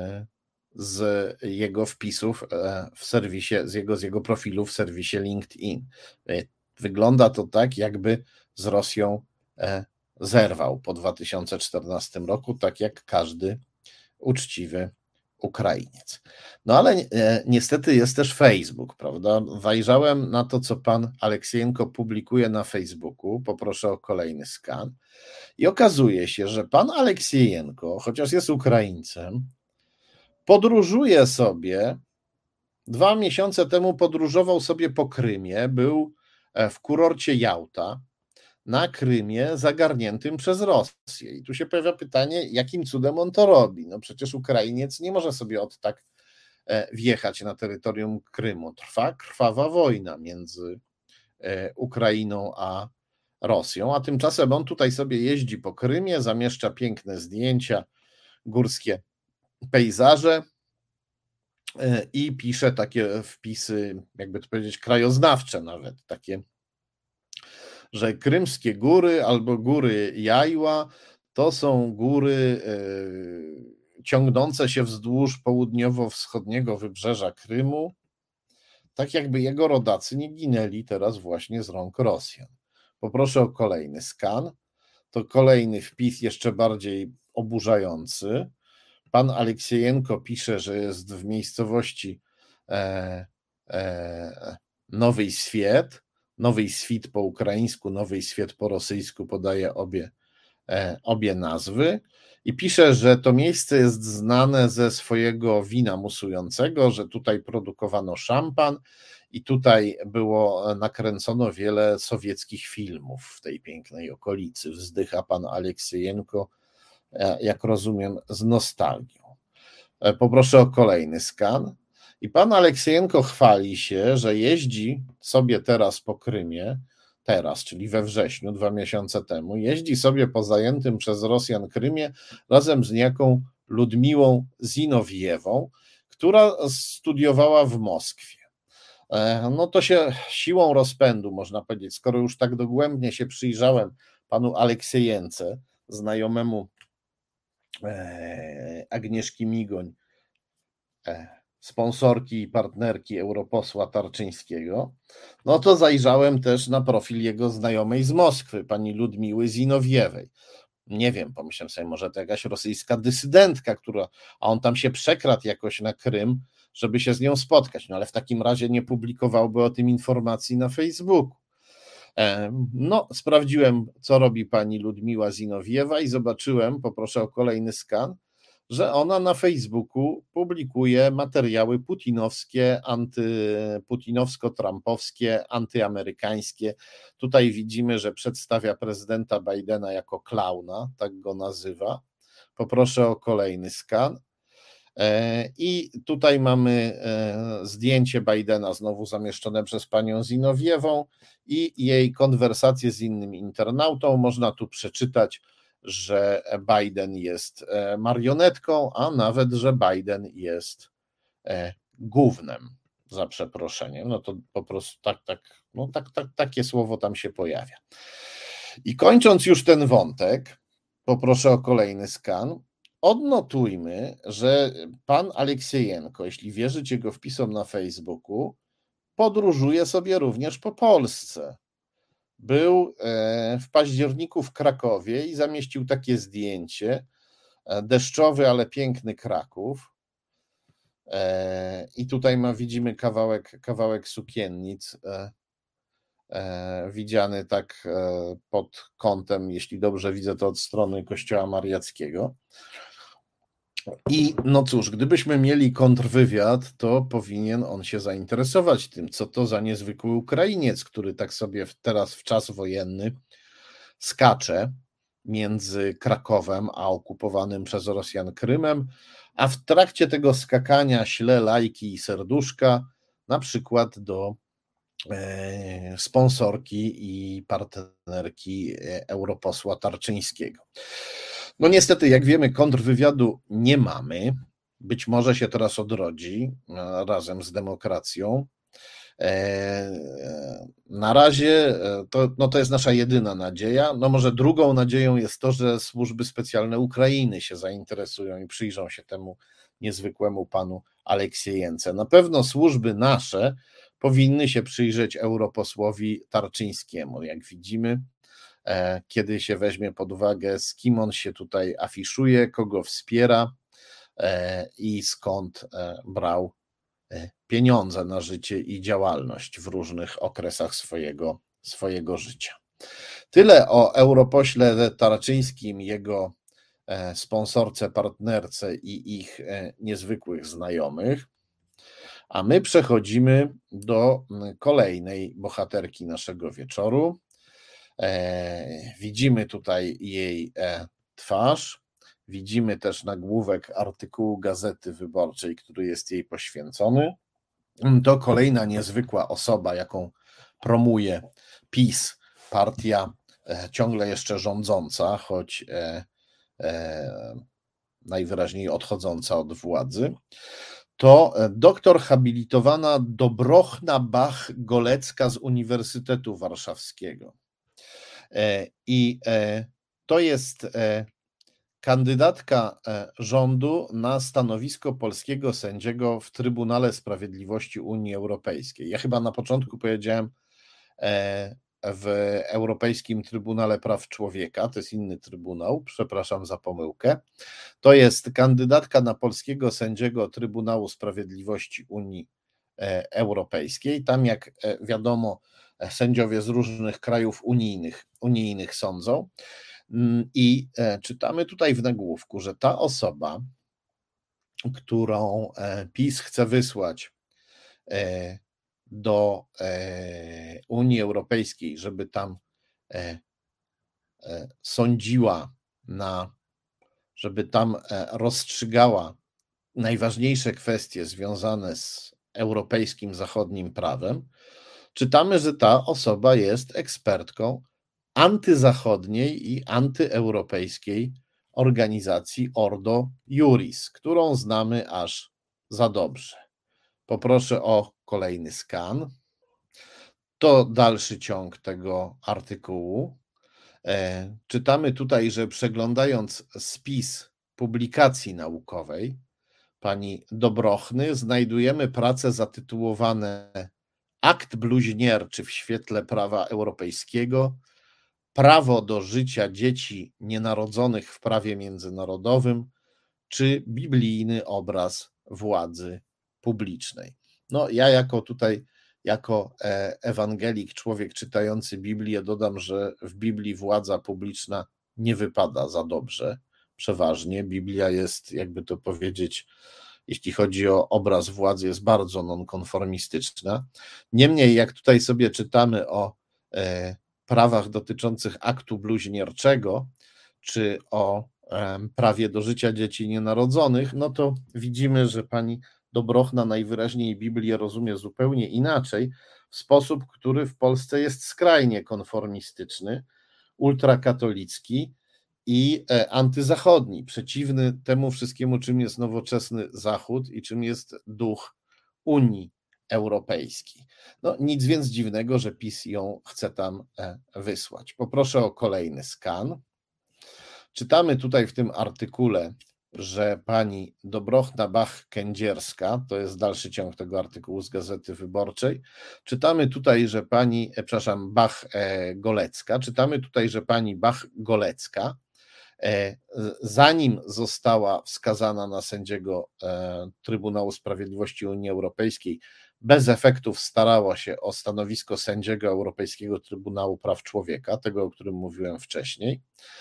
jego wpisów w serwisie, z jego profilu w serwisie LinkedIn. Wygląda to tak, jakby z Rosją zerwał po 2014 roku, tak jak każdy uczciwy Ukrainiec. No ale niestety jest też Facebook, prawda? Zajrzałem na to, co pan Aleksiejenko publikuje na Facebooku. Poproszę o kolejny skan. I okazuje się, że pan Aleksiejenko, chociaż jest Ukraińcem, podróżuje sobie, 2 miesiące temu podróżował sobie po Krymie, był w kurorcie Jałta, na Krymie zagarniętym przez Rosję. I tu się pojawia pytanie, jakim cudem on to robi? No przecież Ukrainiec nie może sobie od tak wjechać na terytorium Krymu. Trwa krwawa wojna między Ukrainą a Rosją, a tymczasem on tutaj sobie jeździ po Krymie, zamieszcza piękne zdjęcia, górskie pejzaże i pisze takie wpisy, jakby to powiedzieć, krajoznawcze nawet, takie, że krymskie góry albo góry Jajła to są góry ciągnące się wzdłuż południowo-wschodniego wybrzeża Krymu, tak jakby jego rodacy nie ginęli teraz właśnie z rąk Rosjan. Poproszę o kolejny skan. To kolejny wpis jeszcze bardziej oburzający. Pan Aleksiejenko pisze, że jest w miejscowości Nowy Świat, Nowy Świt po ukraińsku, Nowy Świat po rosyjsku, podaje obie nazwy i pisze, że to miejsce jest znane ze swojego wina musującego, że tutaj produkowano szampan i tutaj nakręcono wiele sowieckich filmów w tej pięknej okolicy. Wzdycha pan Aleksiejenko, jak rozumiem, z nostalgią. Poproszę o kolejny skan. I pan Aleksiejenko chwali się, że jeździ sobie teraz po Krymie, czyli we wrześniu, 2 miesiące temu, jeździ sobie po zajętym przez Rosjan Krymie razem z niejaką Ludmiłą Zinowiewą, która studiowała w Moskwie. No to się siłą rozpędu, można powiedzieć, skoro już tak dogłębnie się przyjrzałem panu Aleksiejence, znajomemu Agnieszki Migoń, sponsorki i partnerki europosła Tarczyńskiego, no to zajrzałem też na profil jego znajomej z Moskwy, pani Ludmiły Zinowiewej. Nie wiem, pomyślałem sobie, może to jakaś rosyjska dysydentka, a on tam się przekradł jakoś na Krym, żeby się z nią spotkać, no ale w takim razie nie publikowałby o tym informacji na Facebooku. No, sprawdziłem, co robi pani Ludmiła Zinowiewa i zobaczyłem, poproszę o kolejny skan, że ona na Facebooku publikuje materiały putinowskie, antyputinowsko-trumpowskie, antyamerykańskie. Tutaj widzimy, że przedstawia prezydenta Bidena jako klauna, tak go nazywa. Poproszę o kolejny skan. I tutaj mamy zdjęcie Bidena znowu zamieszczone przez panią Zinowiewą i jej konwersację z innym internautą. Można tu przeczytać, że Biden jest marionetką, a nawet, że Biden jest gównem, za przeproszeniem. No to po prostu takie słowo tam się pojawia. I kończąc już ten wątek, poproszę o kolejny skan. Odnotujmy, że pan Aleksiejenko, jeśli wierzyć jego wpisom na Facebooku, podróżuje sobie również po Polsce. Był w październiku w Krakowie i zamieścił takie zdjęcie, deszczowy, ale piękny Kraków. I tutaj widzimy kawałek sukiennic, widziany tak pod kątem, jeśli dobrze widzę, to od strony Kościoła Mariackiego. I no cóż, gdybyśmy mieli kontrwywiad, to powinien on się zainteresować tym, co to za niezwykły Ukrainiec, który tak sobie teraz w czas wojenny skacze między Krakowem a okupowanym przez Rosjan Krymem, a w trakcie tego skakania śle lajki i serduszka, na przykład do sponsorki i partnerki europosła Tarczyńskiego. No niestety, jak wiemy, kontrwywiadu nie mamy. Być może się teraz odrodzi razem z demokracją. Na razie to jest nasza jedyna nadzieja. No może drugą nadzieją jest to, że służby specjalne Ukrainy się zainteresują i przyjrzą się temu niezwykłemu panu Aleksiejence. Na pewno służby nasze powinny się przyjrzeć europosłowi Tarczyńskiemu. Jak widzimy, kiedy się weźmie pod uwagę, z kim on się tutaj afiszuje, kogo wspiera i skąd brał pieniądze na życie i działalność w różnych okresach swojego życia. Tyle o europośle Tarczyńskim, jego sponsorce, partnerce i ich niezwykłych znajomych. A my przechodzimy do kolejnej bohaterki naszego wieczoru. Widzimy tutaj jej twarz, widzimy też nagłówek artykułu Gazety Wyborczej, który jest jej poświęcony. To kolejna niezwykła osoba, jaką promuje PiS, partia ciągle jeszcze rządząca, choć najwyraźniej odchodząca od władzy. To doktor habilitowana Dobrochna Bach-Golecka z Uniwersytetu Warszawskiego. I to jest kandydatka rządu na stanowisko polskiego sędziego w Trybunale Sprawiedliwości Unii Europejskiej. Ja chyba na początku powiedziałem w Europejskim Trybunale Praw Człowieka, to jest inny trybunał, przepraszam za pomyłkę. To jest kandydatka na polskiego sędziego Trybunału Sprawiedliwości Unii Europejskiej. Tam, jak wiadomo, sędziowie z różnych krajów unijnych sądzą. I czytamy tutaj w nagłówku, że ta osoba, którą PiS chce wysłać do Unii Europejskiej, żeby tam sądziła, żeby tam rozstrzygała najważniejsze kwestie związane z europejskim zachodnim prawem, czytamy, że ta osoba jest ekspertką antyzachodniej i antyeuropejskiej organizacji Ordo Iuris, którą znamy aż za dobrze. Poproszę o kolejny skan. To dalszy ciąg tego artykułu. Czytamy tutaj, że przeglądając spis publikacji naukowej pani Dobrochny, znajdujemy prace zatytułowane Akt bluźnierczy w świetle prawa europejskiego, prawo do życia dzieci nienarodzonych w prawie międzynarodowym, czy biblijny obraz władzy publicznej. No, ja jako ewangelik, człowiek czytający Biblię, dodam, że w Biblii władza publiczna nie wypada za dobrze. Przeważnie Biblia jest, jakby to powiedzieć, jeśli chodzi o obraz władzy, jest bardzo nonkonformistyczna. Niemniej, jak tutaj sobie czytamy o prawach dotyczących aktu bluźnierczego, czy o prawie do życia dzieci nienarodzonych, no to widzimy, że pani Dobrochna najwyraźniej Biblię rozumie zupełnie inaczej, w sposób, który w Polsce jest skrajnie konformistyczny, ultrakatolicki i antyzachodni, przeciwny temu wszystkiemu, czym jest nowoczesny Zachód i czym jest duch Unii Europejskiej. No, nic więc dziwnego, że PiS ją chce tam wysłać. Poproszę o kolejny skan. Czytamy tutaj w tym artykule, że pani Dobrochna Bach-Kędzierska, to jest dalszy ciąg tego artykułu z Gazety Wyborczej, czytamy tutaj, że pani, Bach-Golecka, czytamy tutaj, że pani Bach-Golecka, zanim została wskazana na sędziego Trybunału Sprawiedliwości Unii Europejskiej, bez efektów starała się o stanowisko sędziego Europejskiego Trybunału Praw Człowieka, tego, o którym mówiłem wcześniej.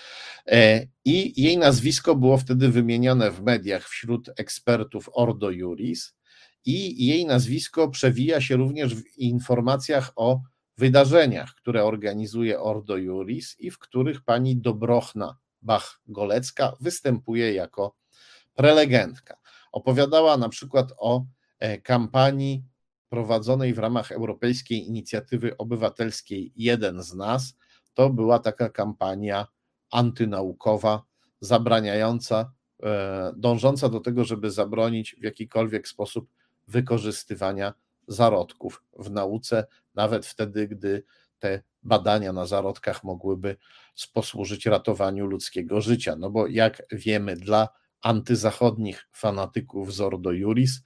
I jej nazwisko było wtedy wymienione w mediach wśród ekspertów Ordo Iuris i jej nazwisko przewija się również w informacjach o wydarzeniach, które organizuje Ordo Iuris i w których pani Dobrochna Bach-Golecka występuje jako prelegentka. Opowiadała na przykład o kampanii prowadzonej w ramach Europejskiej Inicjatywy Obywatelskiej Jeden z nas. To była taka kampania antynaukowa, zabraniająca, dążąca do tego, żeby zabronić w jakikolwiek sposób wykorzystywania zarodków w nauce, nawet wtedy, gdy te badania na zarodkach mogłyby posłużyć ratowaniu ludzkiego życia. No bo jak wiemy, dla antyzachodnich fanatyków z Ordo Iuris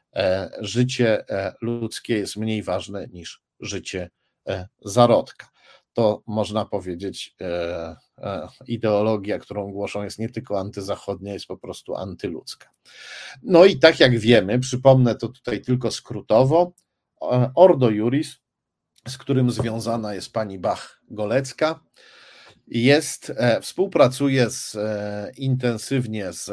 życie ludzkie jest mniej ważne niż życie zarodka. To można powiedzieć, ideologia, którą głoszą, jest nie tylko antyzachodnia, jest po prostu antyludzka. No i tak jak wiemy, przypomnę to tutaj tylko skrótowo, Ordo Iuris, z którym związana jest pani Bach-Golecka, współpracuje intensywnie z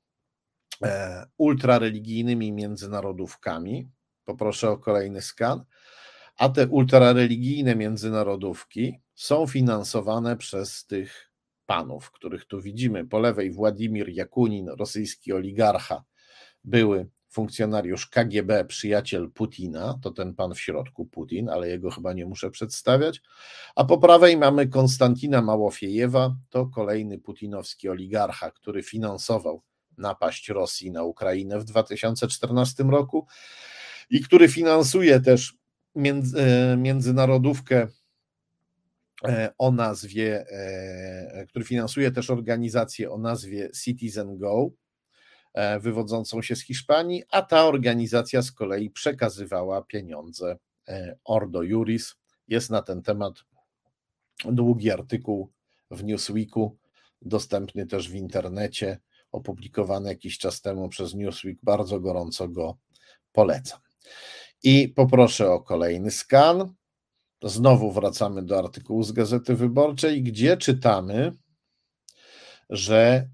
ultrareligijnymi międzynarodówkami. Poproszę o kolejny skan. A te ultrareligijne międzynarodówki są finansowane przez tych panów, których tu widzimy. Po lewej Władimir Jakunin, rosyjski oligarcha, były funkcjonariusz KGB, przyjaciel Putina, to ten pan w środku, Putin, ale jego chyba nie muszę przedstawiać. A po prawej mamy Konstantina Małofiejewa, to kolejny putinowski oligarcha, który finansował napaść Rosji na Ukrainę w 2014 roku i który finansuje też międzynarodówkę o nazwie, który finansuje też organizację o nazwie Citizen Go, wywodzącą się z Hiszpanii, a ta organizacja z kolei przekazywała pieniądze Ordo Iuris. Jest na ten temat długi artykuł w Newsweeku, dostępny też w internecie, opublikowany jakiś czas temu przez Newsweek, bardzo gorąco go polecam. I poproszę o kolejny skan. Znowu wracamy do artykułu z Gazety Wyborczej, gdzie czytamy, że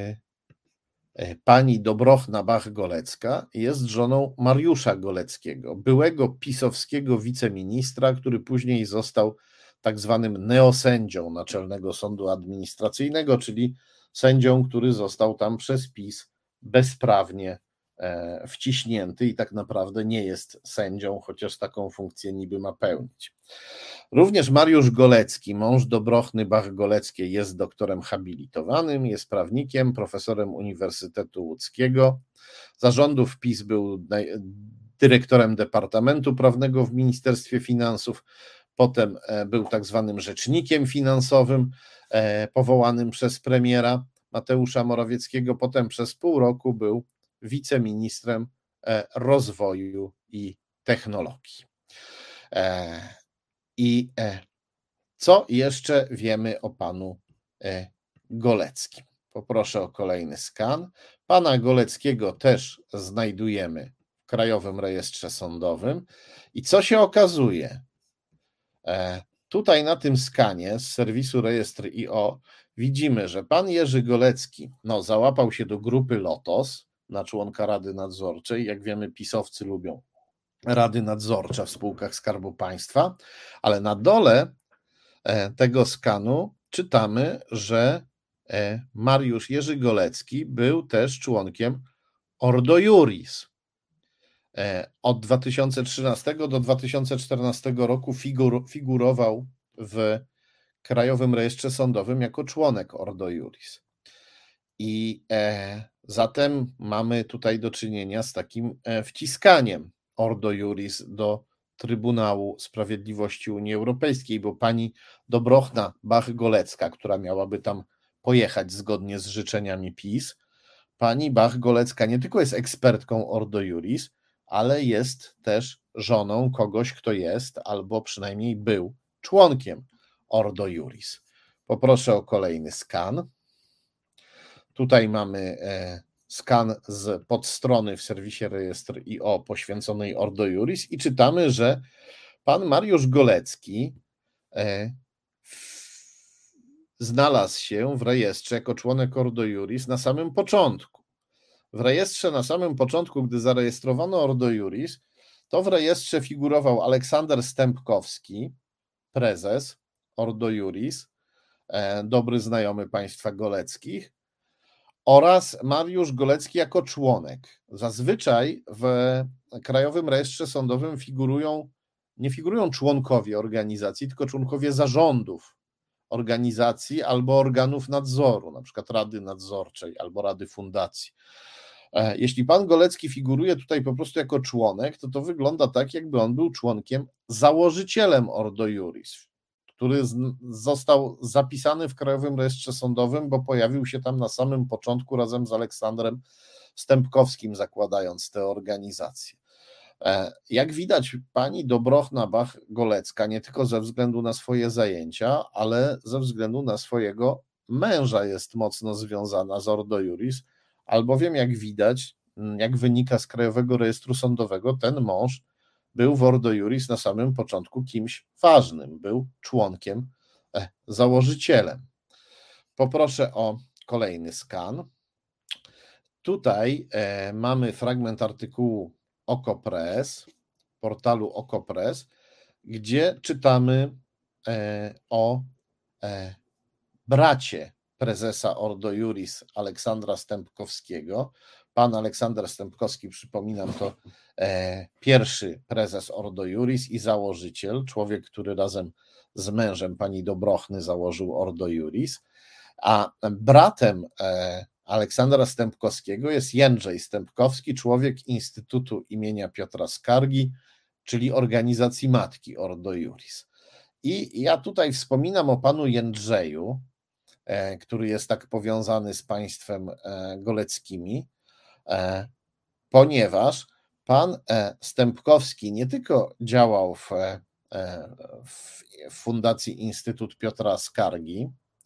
pani Dobrochna Bach-Golecka jest żoną Mariusza Goleckiego, byłego pisowskiego wiceministra, który później został tak zwanym neosędzią Naczelnego Sądu Administracyjnego, czyli sędzią, który został tam przez PiS bezprawnie wciśnięty i tak naprawdę nie jest sędzią, chociaż taką funkcję niby ma pełnić. Również Mariusz Golecki, mąż Dobrochny Bach-Goleckiej, jest doktorem habilitowanym, jest prawnikiem, profesorem Uniwersytetu Łódzkiego. Za rządów PiS był dyrektorem Departamentu Prawnego w Ministerstwie Finansów, potem był tak zwanym rzecznikiem finansowym powołanym przez premiera Mateusza Morawieckiego, potem przez pół roku był wiceministrem rozwoju i technologii. I co jeszcze wiemy o panu Goleckim? Poproszę o kolejny skan. Pana Goleckiego też znajdujemy w Krajowym Rejestrze Sądowym. I co się okazuje? Tutaj na tym skanie z serwisu Rejestr.io widzimy, że pan Jerzy Golecki załapał się do grupy Lotos na członka Rady Nadzorczej. Jak wiemy, pisowcy lubią rady nadzorcze w spółkach Skarbu Państwa, ale na dole tego skanu czytamy, że Mariusz Jerzy Golecki był też członkiem Ordo Iuris. Od 2013 do 2014 roku figurował w Krajowym Rejestrze Sądowym jako członek Ordo Iuris. I zatem mamy tutaj do czynienia z takim wciskaniem Ordo Iuris do Trybunału Sprawiedliwości Unii Europejskiej, bo pani Dobrochna Bach-Golecka, która miałaby tam pojechać zgodnie z życzeniami PiS, pani Bach-Golecka nie tylko jest ekspertką Ordo Iuris, ale jest też żoną kogoś, kto jest albo przynajmniej był członkiem Ordo Iuris. Poproszę o kolejny skan. Tutaj mamy skan z podstrony w serwisie Rejestr.io poświęconej Ordo Iuris i czytamy, że pan Mariusz Golecki znalazł się w rejestrze jako członek Ordo Iuris na samym początku. W rejestrze na samym początku, gdy zarejestrowano Ordo Iuris, to w rejestrze figurował Aleksander Stępkowski, prezes Ordo Iuris, dobry znajomy państwa Goleckich, oraz Mariusz Golecki jako członek. Zazwyczaj w Krajowym Rejestrze Sądowym nie figurują członkowie organizacji, tylko członkowie zarządów organizacji albo organów nadzoru, na przykład Rady Nadzorczej albo Rady Fundacji. Jeśli pan Golecki figuruje tutaj po prostu jako członek, to wygląda tak, jakby on był członkiem, założycielem Ordo Iuris, który został zapisany w Krajowym Rejestrze Sądowym, bo pojawił się tam na samym początku razem z Aleksandrem Stępkowskim, zakładając tę organizację. Jak widać, pani Dobrochna Bach-Golecka nie tylko ze względu na swoje zajęcia, ale ze względu na swojego męża jest mocno związana z Ordo Iuris, albowiem jak widać, jak wynika z Krajowego Rejestru Sądowego, ten mąż był w Ordo Iuris na samym początku kimś ważnym, był członkiem, założycielem. Poproszę o kolejny skan. Tutaj mamy fragment artykułu OKO.press, portalu OKO.press, gdzie czytamy o bracie prezesa Ordo Iuris Aleksandra Stępkowskiego. Pan Aleksander Stępkowski, przypominam, to pierwszy prezes Ordo Iuris i założyciel, człowiek, który razem z mężem pani Dobrochny założył Ordo Iuris, a bratem Aleksandra Stępkowskiego jest Jędrzej Stępkowski, człowiek Instytutu imienia Piotra Skargi, czyli organizacji matki Ordo Iuris. I ja tutaj wspominam o panu Jędrzeju, który jest tak powiązany z państwem Goleckimi, ponieważ pan Stępkowski nie tylko działał w Fundacji Instytut Piotra Skargi,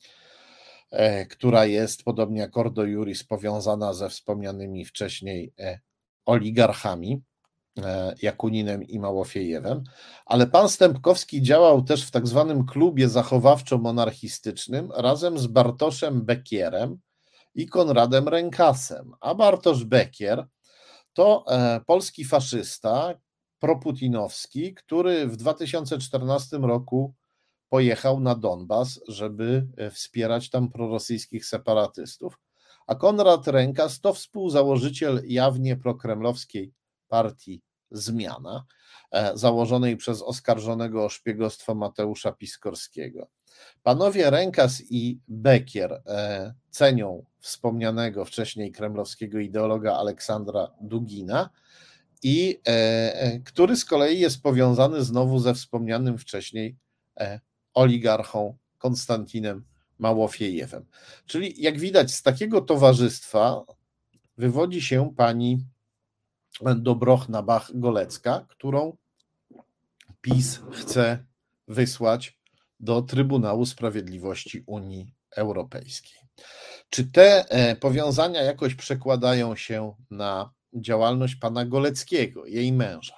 która jest, podobnie jak Ordo Iuris, powiązana ze wspomnianymi wcześniej oligarchami, Jakuninem i Małofiejewem, ale pan Stępkowski działał też w tak zwanym klubie zachowawczo-monarchistycznym razem z Bartoszem Bekierem i Konradem Rękasem, a Bartosz Bekier to polski faszysta proputinowski, który w 2014 roku pojechał na Donbas, żeby wspierać tam prorosyjskich separatystów, a Konrad Rękas to współzałożyciel jawnie prokremlowskiej partii Zmiana, założonej przez oskarżonego o szpiegostwo Mateusza Piskorskiego. Panowie Rękas i Bekier cenią wspomnianego wcześniej kremlowskiego ideologa Aleksandra Dugina, i który z kolei jest powiązany znowu ze wspomnianym wcześniej oligarchą Konstantinem Małofiejewem. Czyli jak widać, z takiego towarzystwa wywodzi się pani Dobrochna Bach-Golecka, którą PiS chce wysłać do Trybunału Sprawiedliwości Unii Europejskiej. Czy te powiązania jakoś przekładają się na działalność pana Goleckiego, jej męża?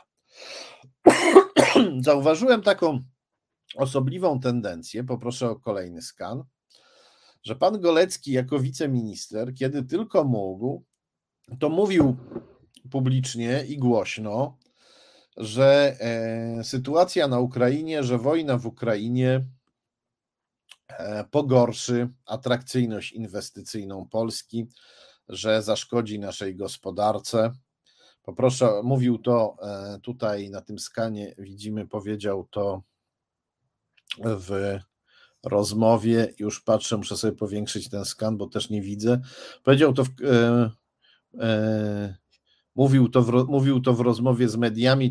Zauważyłem taką osobliwą tendencję, poproszę o kolejny skan, że pan Golecki jako wiceminister, kiedy tylko mógł, to mówił publicznie i głośno, że sytuacja na Ukrainie, że wojna w Ukrainie pogorszy atrakcyjność inwestycyjną Polski, że zaszkodzi naszej gospodarce. Poproszę, mówił to tutaj na tym skanie, widzimy, powiedział to w rozmowie, już patrzę, muszę sobie powiększyć ten skan, bo też nie widzę. Powiedział to mówił to w rozmowie z mediami.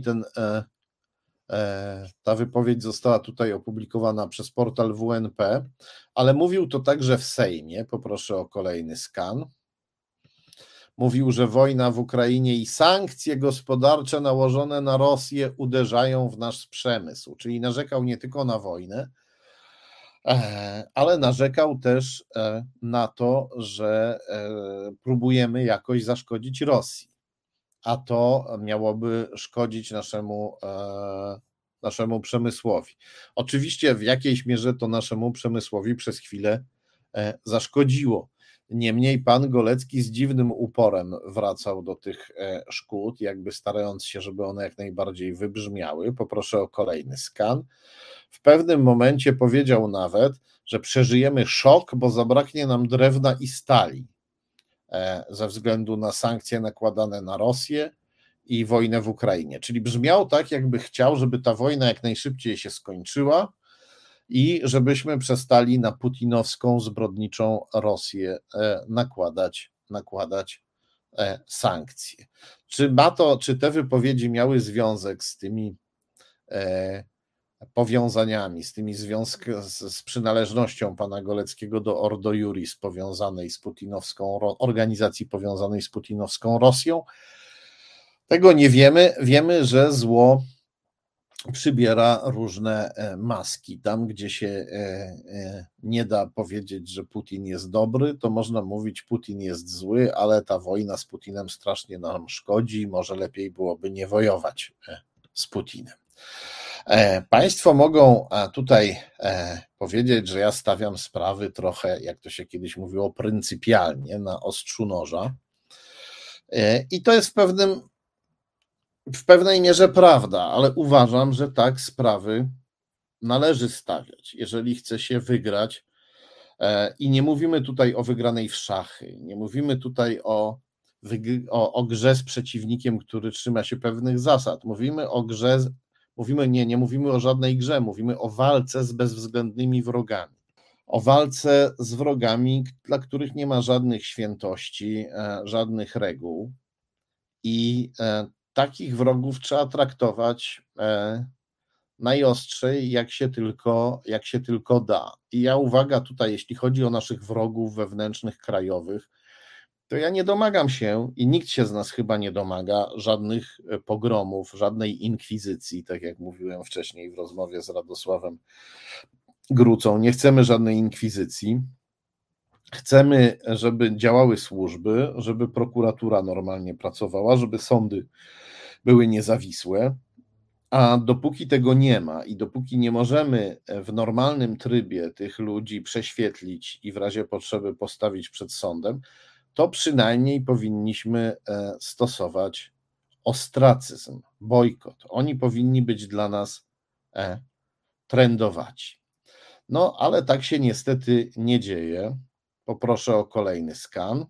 Ta wypowiedź została tutaj opublikowana przez portal WNP, ale mówił to także w Sejmie. Poproszę o kolejny skan. Mówił, że wojna w Ukrainie i sankcje gospodarcze nałożone na Rosję uderzają w nasz przemysł, czyli narzekał nie tylko na wojnę, ale narzekał też na to, że próbujemy jakoś zaszkodzić Rosji, a to miałoby szkodzić naszemu przemysłowi. Oczywiście w jakiejś mierze to naszemu przemysłowi przez chwilę zaszkodziło. Niemniej pan Golecki z dziwnym uporem wracał do tych szkód, jakby starając się, żeby one jak najbardziej wybrzmiały. Poproszę o kolejny skan. W pewnym momencie powiedział nawet, że przeżyjemy szok, bo zabraknie nam drewna i stali ze względu na sankcje nakładane na Rosję i wojnę w Ukrainie. Czyli brzmiał tak, jakby chciał, żeby ta wojna jak najszybciej się skończyła i żebyśmy przestali na putinowską, zbrodniczą Rosję nakładać sankcje. Czy te wypowiedzi miały związek z tymi powiązaniami, z przynależnością pana Goleckiego do Ordo Iuris powiązanej z putinowską, organizacji powiązanej z putinowską Rosją? Tego nie wiemy. Wiemy, że zło przybiera różne maski. Tam, gdzie się nie da powiedzieć, że Putin jest dobry, to można mówić, Putin jest zły, ale ta wojna z Putinem strasznie nam szkodzi, może lepiej byłoby nie wojować z Putinem. Państwo mogą tutaj powiedzieć, że ja stawiam sprawy trochę, jak to się kiedyś mówiło, pryncypialnie, na ostrzu noża. I to jest w pewnej mierze prawda, ale uważam, że tak sprawy należy stawiać, jeżeli chce się wygrać. I nie mówimy tutaj o wygranej w szachy, nie mówimy tutaj o grze z przeciwnikiem, który trzyma się pewnych zasad. Mówimy o grze, nie mówimy o żadnej grze, mówimy o walce z bezwzględnymi wrogami. O walce z wrogami, dla których nie ma żadnych świętości, żadnych reguł. I takich wrogów trzeba traktować najostrzej, jak się tylko da. I ja, uwaga, tutaj, jeśli chodzi o naszych wrogów wewnętrznych, krajowych, to ja nie domagam się i nikt się z nas chyba nie domaga żadnych pogromów, żadnej inkwizycji, tak jak mówiłem wcześniej w rozmowie z Radosławem Grucą. Nie chcemy żadnej inkwizycji. Chcemy, żeby działały służby, żeby prokuratura normalnie pracowała, żeby sądy były niezawisłe. A dopóki tego nie ma i dopóki nie możemy w normalnym trybie tych ludzi prześwietlić i w razie potrzeby postawić przed sądem, to przynajmniej powinniśmy stosować ostracyzm, bojkot. Oni powinni być dla nas trendowaci. No, ale tak się niestety nie dzieje. Poproszę o kolejny skan.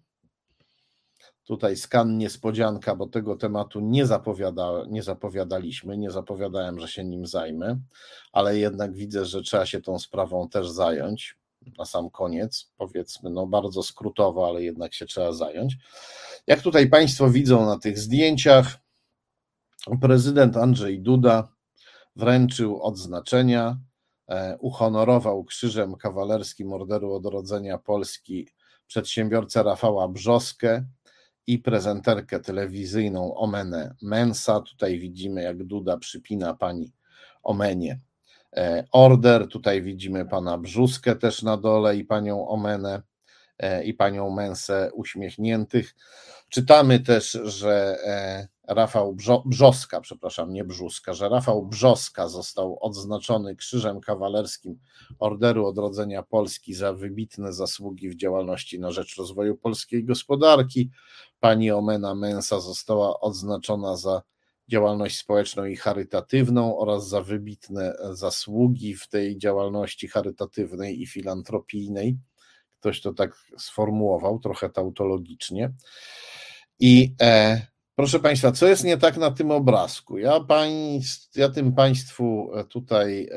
Tutaj skan niespodzianka, bo tego tematu nie zapowiadaliśmy, nie zapowiadałem, że się nim zajmę, ale jednak widzę, że trzeba się tą sprawą też zająć. Na sam koniec, powiedzmy, no bardzo skrótowo, ale jednak się trzeba zająć. Jak tutaj Państwo widzą na tych zdjęciach, prezydent Andrzej Duda wręczył odznaczenia, uhonorował Krzyżem Kawalerskim Orderu Odrodzenia Polski przedsiębiorcę Rafała Brzoskę i prezenterkę telewizyjną Omenę Mensa. Tutaj widzimy, jak Duda przypina pani Omenie order. Tutaj widzimy pana Brzuskę też na dole i panią Omenę i panią Mensę uśmiechniętych. Czytamy też, że Rafał Brzoska, przepraszam, nie Brzuska, że Rafał Brzoska został odznaczony Krzyżem Kawalerskim Orderu Odrodzenia Polski za wybitne zasługi w działalności na rzecz rozwoju polskiej gospodarki. Pani Omena Mensa została odznaczona za działalność społeczną i charytatywną oraz za wybitne zasługi w tej działalności charytatywnej i filantropijnej. Ktoś to tak sformułował, trochę tautologicznie. I proszę Państwa, co jest nie tak na tym obrazku? Ja tym Państwu tutaj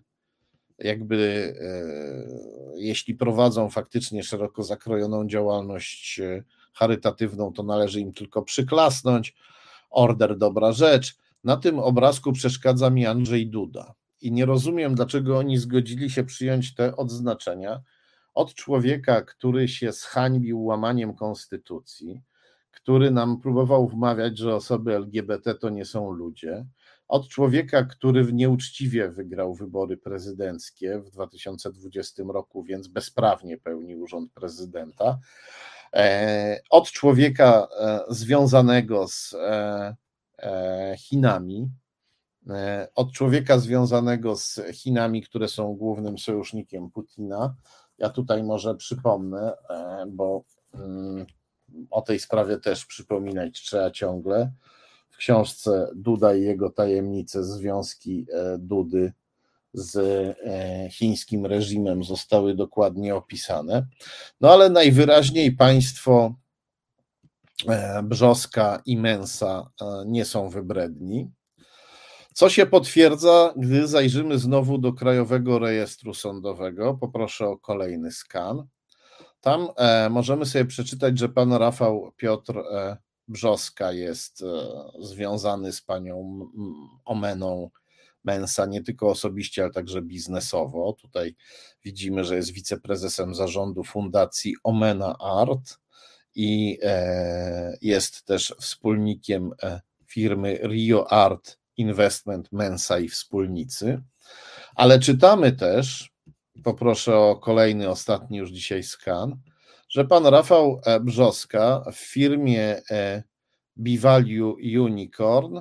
jakby, jeśli prowadzą faktycznie szeroko zakrojoną działalność charytatywną, to należy im tylko przyklasnąć. Order, dobra rzecz. Na tym obrazku przeszkadza mi Andrzej Duda i nie rozumiem, dlaczego oni zgodzili się przyjąć te odznaczenia od człowieka, który się zhańbił łamaniem konstytucji, który nam próbował wmawiać, że osoby LGBT to nie są ludzie, od człowieka, który nieuczciwie wygrał wybory prezydenckie w 2020 roku, więc bezprawnie pełnił urząd prezydenta, od człowieka związanego z Chinami, od człowieka związanego z Chinami, które są głównym sojusznikiem Putina. Ja tutaj może przypomnę, bo o tej sprawie też przypominać trzeba ciągle. W książce Duda i jego tajemnice, związki Dudy z chińskim reżimem zostały dokładnie opisane. No ale najwyraźniej państwo Brzoska i Mensa nie są wybredni. Co się potwierdza, gdy zajrzymy znowu do Krajowego Rejestru Sądowego. Poproszę o kolejny skan. Tam możemy sobie przeczytać, że pan Rafał Piotr Brzoska jest związany z panią Omeną Mensa nie tylko osobiście, ale także biznesowo. Tutaj widzimy, że jest wiceprezesem zarządu Fundacji Omena Art i jest też wspólnikiem firmy Rio Art Investment Mensa i wspólnicy. Ale czytamy też, poproszę o kolejny, ostatni już dzisiaj skan, że pan Rafał Brzoska w firmie B-Value Unicorn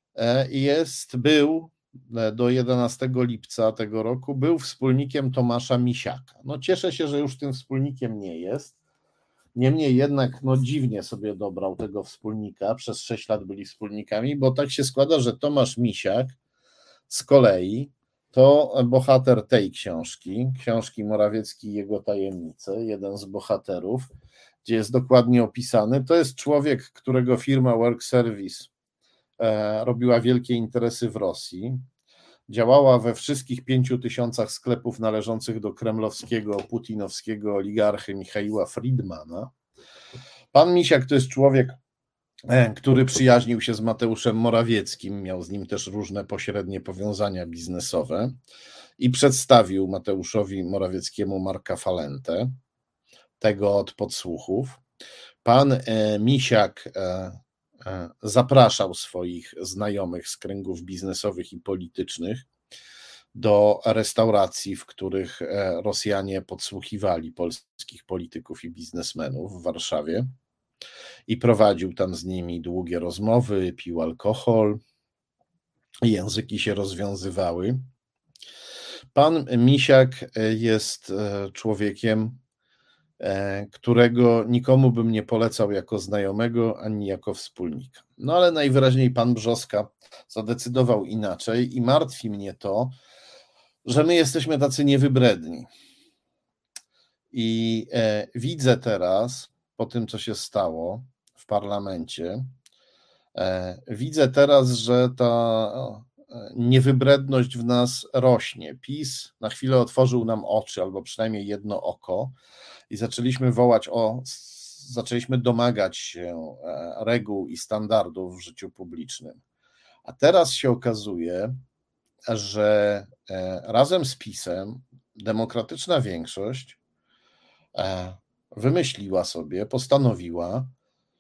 był do 11 lipca tego roku, był wspólnikiem Tomasza Misiaka. No cieszę się, że już tym wspólnikiem nie jest. Niemniej jednak dziwnie sobie dobrał tego wspólnika, przez 6 lat byli wspólnikami, bo tak się składa, że Tomasz Misiak z kolei to bohater tej książki Morawiecki i jego tajemnice, jeden z bohaterów, gdzie jest dokładnie opisany. To jest człowiek, którego firma Work Service robiła wielkie interesy w Rosji, działała we wszystkich 5000 sklepów należących do kremlowskiego, putinowskiego oligarchy Michaiła Friedmana. Pan Misiak to jest człowiek, który przyjaźnił się z Mateuszem Morawieckim, miał z nim też różne pośrednie powiązania biznesowe i przedstawił Mateuszowi Morawieckiemu Marka Falentę, tego od podsłuchów. Pan Misiak zapraszał swoich znajomych z kręgów biznesowych i politycznych do restauracji, w których Rosjanie podsłuchiwali polskich polityków i biznesmenów w Warszawie. i prowadził tam z nimi długie rozmowy, pił alkohol, języki się rozwiązywały. Pan Misiak jest człowiekiem, którego nikomu bym nie polecał jako znajomego, ani jako wspólnika. No ale najwyraźniej pan Brzoska zadecydował inaczej i martwi mnie to, że my jesteśmy tacy niewybredni. I widzę teraz, po tym co się stało w parlamencie, widzę teraz, że ta niewybredność w nas rośnie. PiS na chwilę otworzył nam oczy, albo przynajmniej jedno oko, i zaczęliśmy domagać się reguł i standardów w życiu publicznym. A teraz się okazuje, że razem z PiS-em demokratyczna większość wymyśliła sobie, postanowiła,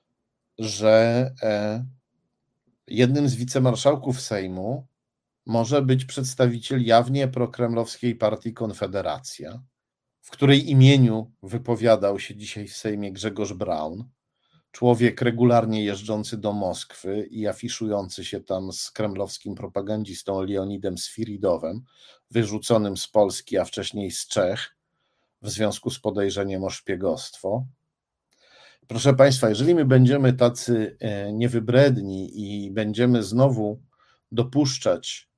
że jednym z wicemarszałków Sejmu może być przedstawiciel jawnie prokremlowskiej partii Konfederacja, w której imieniu wypowiadał się dzisiaj w Sejmie Grzegorz Braun, człowiek regularnie jeżdżący do Moskwy i afiszujący się tam z kremlowskim propagandzistą Leonidem Sfiridowem, wyrzuconym z Polski, a wcześniej z Czech, w związku z podejrzeniem o szpiegostwo. Proszę Państwa, jeżeli my będziemy tacy niewybredni i będziemy znowu dopuszczać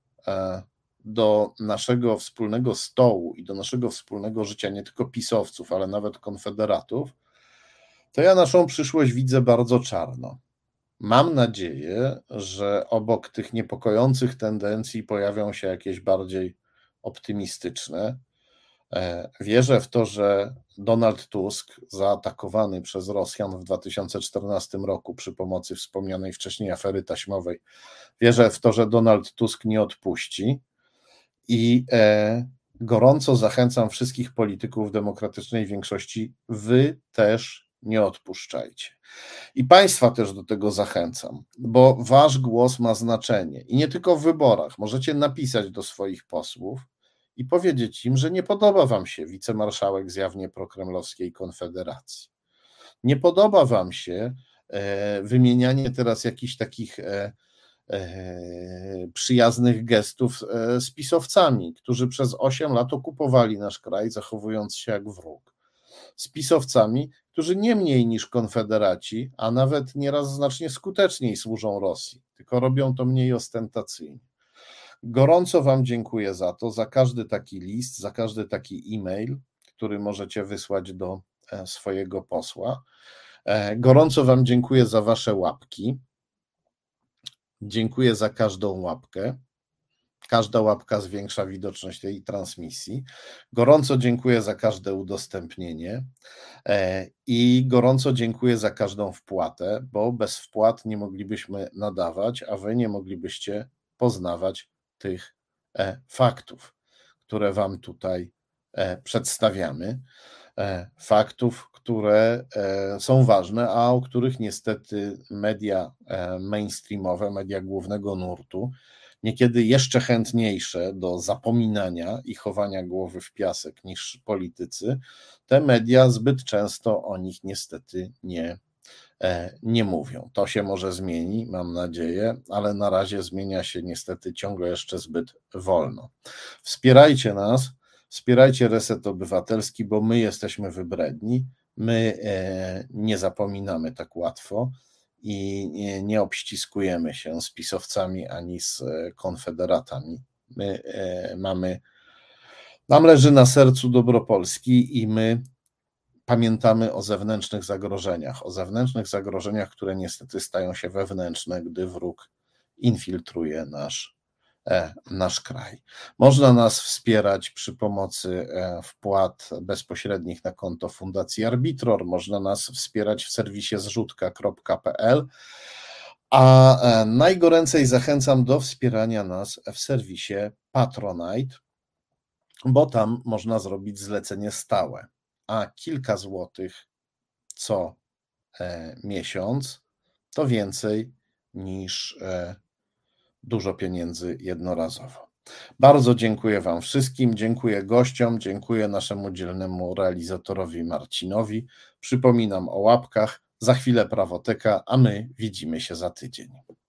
do naszego wspólnego stołu i do naszego wspólnego życia nie tylko pisowców, ale nawet konfederatów, to ja naszą przyszłość widzę bardzo czarno. Mam nadzieję, że obok tych niepokojących tendencji pojawią się jakieś bardziej optymistyczne. Wierzę w to, że Donald Tusk, zaatakowany przez Rosjan w 2014 roku przy pomocy wspomnianej wcześniej afery taśmowej, wierzę w to, że Donald Tusk nie odpuści i gorąco zachęcam wszystkich polityków demokratycznej większości, wy też nie odpuszczajcie. I Państwa też do tego zachęcam, bo wasz głos ma znaczenie i nie tylko w wyborach. Możecie napisać do swoich posłów i powiedzieć im, że nie podoba wam się wicemarszałek z jawnie prokremlowskiej Konfederacji. Nie podoba wam się wymienianie teraz jakichś takich przyjaznych gestów z pisowcami, którzy przez 8 lat okupowali nasz kraj, zachowując się jak wróg. Z pisowcami, którzy nie mniej niż konfederaci, a nawet nieraz znacznie skuteczniej służą Rosji, tylko robią to mniej ostentacyjnie. Gorąco wam dziękuję za to, za każdy taki list, za każdy taki e-mail, który możecie wysłać do swojego posła. Gorąco wam dziękuję za wasze łapki. Dziękuję za każdą łapkę. Każda łapka zwiększa widoczność tej transmisji. Gorąco dziękuję za każde udostępnienie i gorąco dziękuję za każdą wpłatę, bo bez wpłat nie moglibyśmy nadawać, a wy nie moglibyście poznawać tych faktów, które wam tutaj przedstawiamy. Faktów, które są ważne, a o których niestety media mainstreamowe, media głównego nurtu, niekiedy jeszcze chętniejsze do zapominania i chowania głowy w piasek niż politycy, te media zbyt często o nich niestety nie mówią. To się może zmieni, mam nadzieję, ale na razie zmienia się niestety ciągle jeszcze zbyt wolno. Wspierajcie nas, wspierajcie Reset Obywatelski, bo my jesteśmy wybredni, my nie zapominamy tak łatwo i nie obściskujemy się z pisowcami ani z konfederatami. Nam leży na sercu dobro Polski i my pamiętamy o zewnętrznych zagrożeniach, które niestety stają się wewnętrzne, gdy wróg infiltruje nasz kraj. Można nas wspierać przy pomocy wpłat bezpośrednich na konto Fundacji Arbitror, można nas wspierać w serwisie zrzutka.pl, a najgoręcej zachęcam do wspierania nas w serwisie Patronite, bo tam można zrobić zlecenie stałe, a kilka złotych co miesiąc to więcej niż dużo pieniędzy jednorazowo. Bardzo dziękuję wam wszystkim, dziękuję gościom, dziękuję naszemu dzielnemu realizatorowi Marcinowi. Przypominam o łapkach, za chwilę Prawoteka, a my widzimy się za tydzień.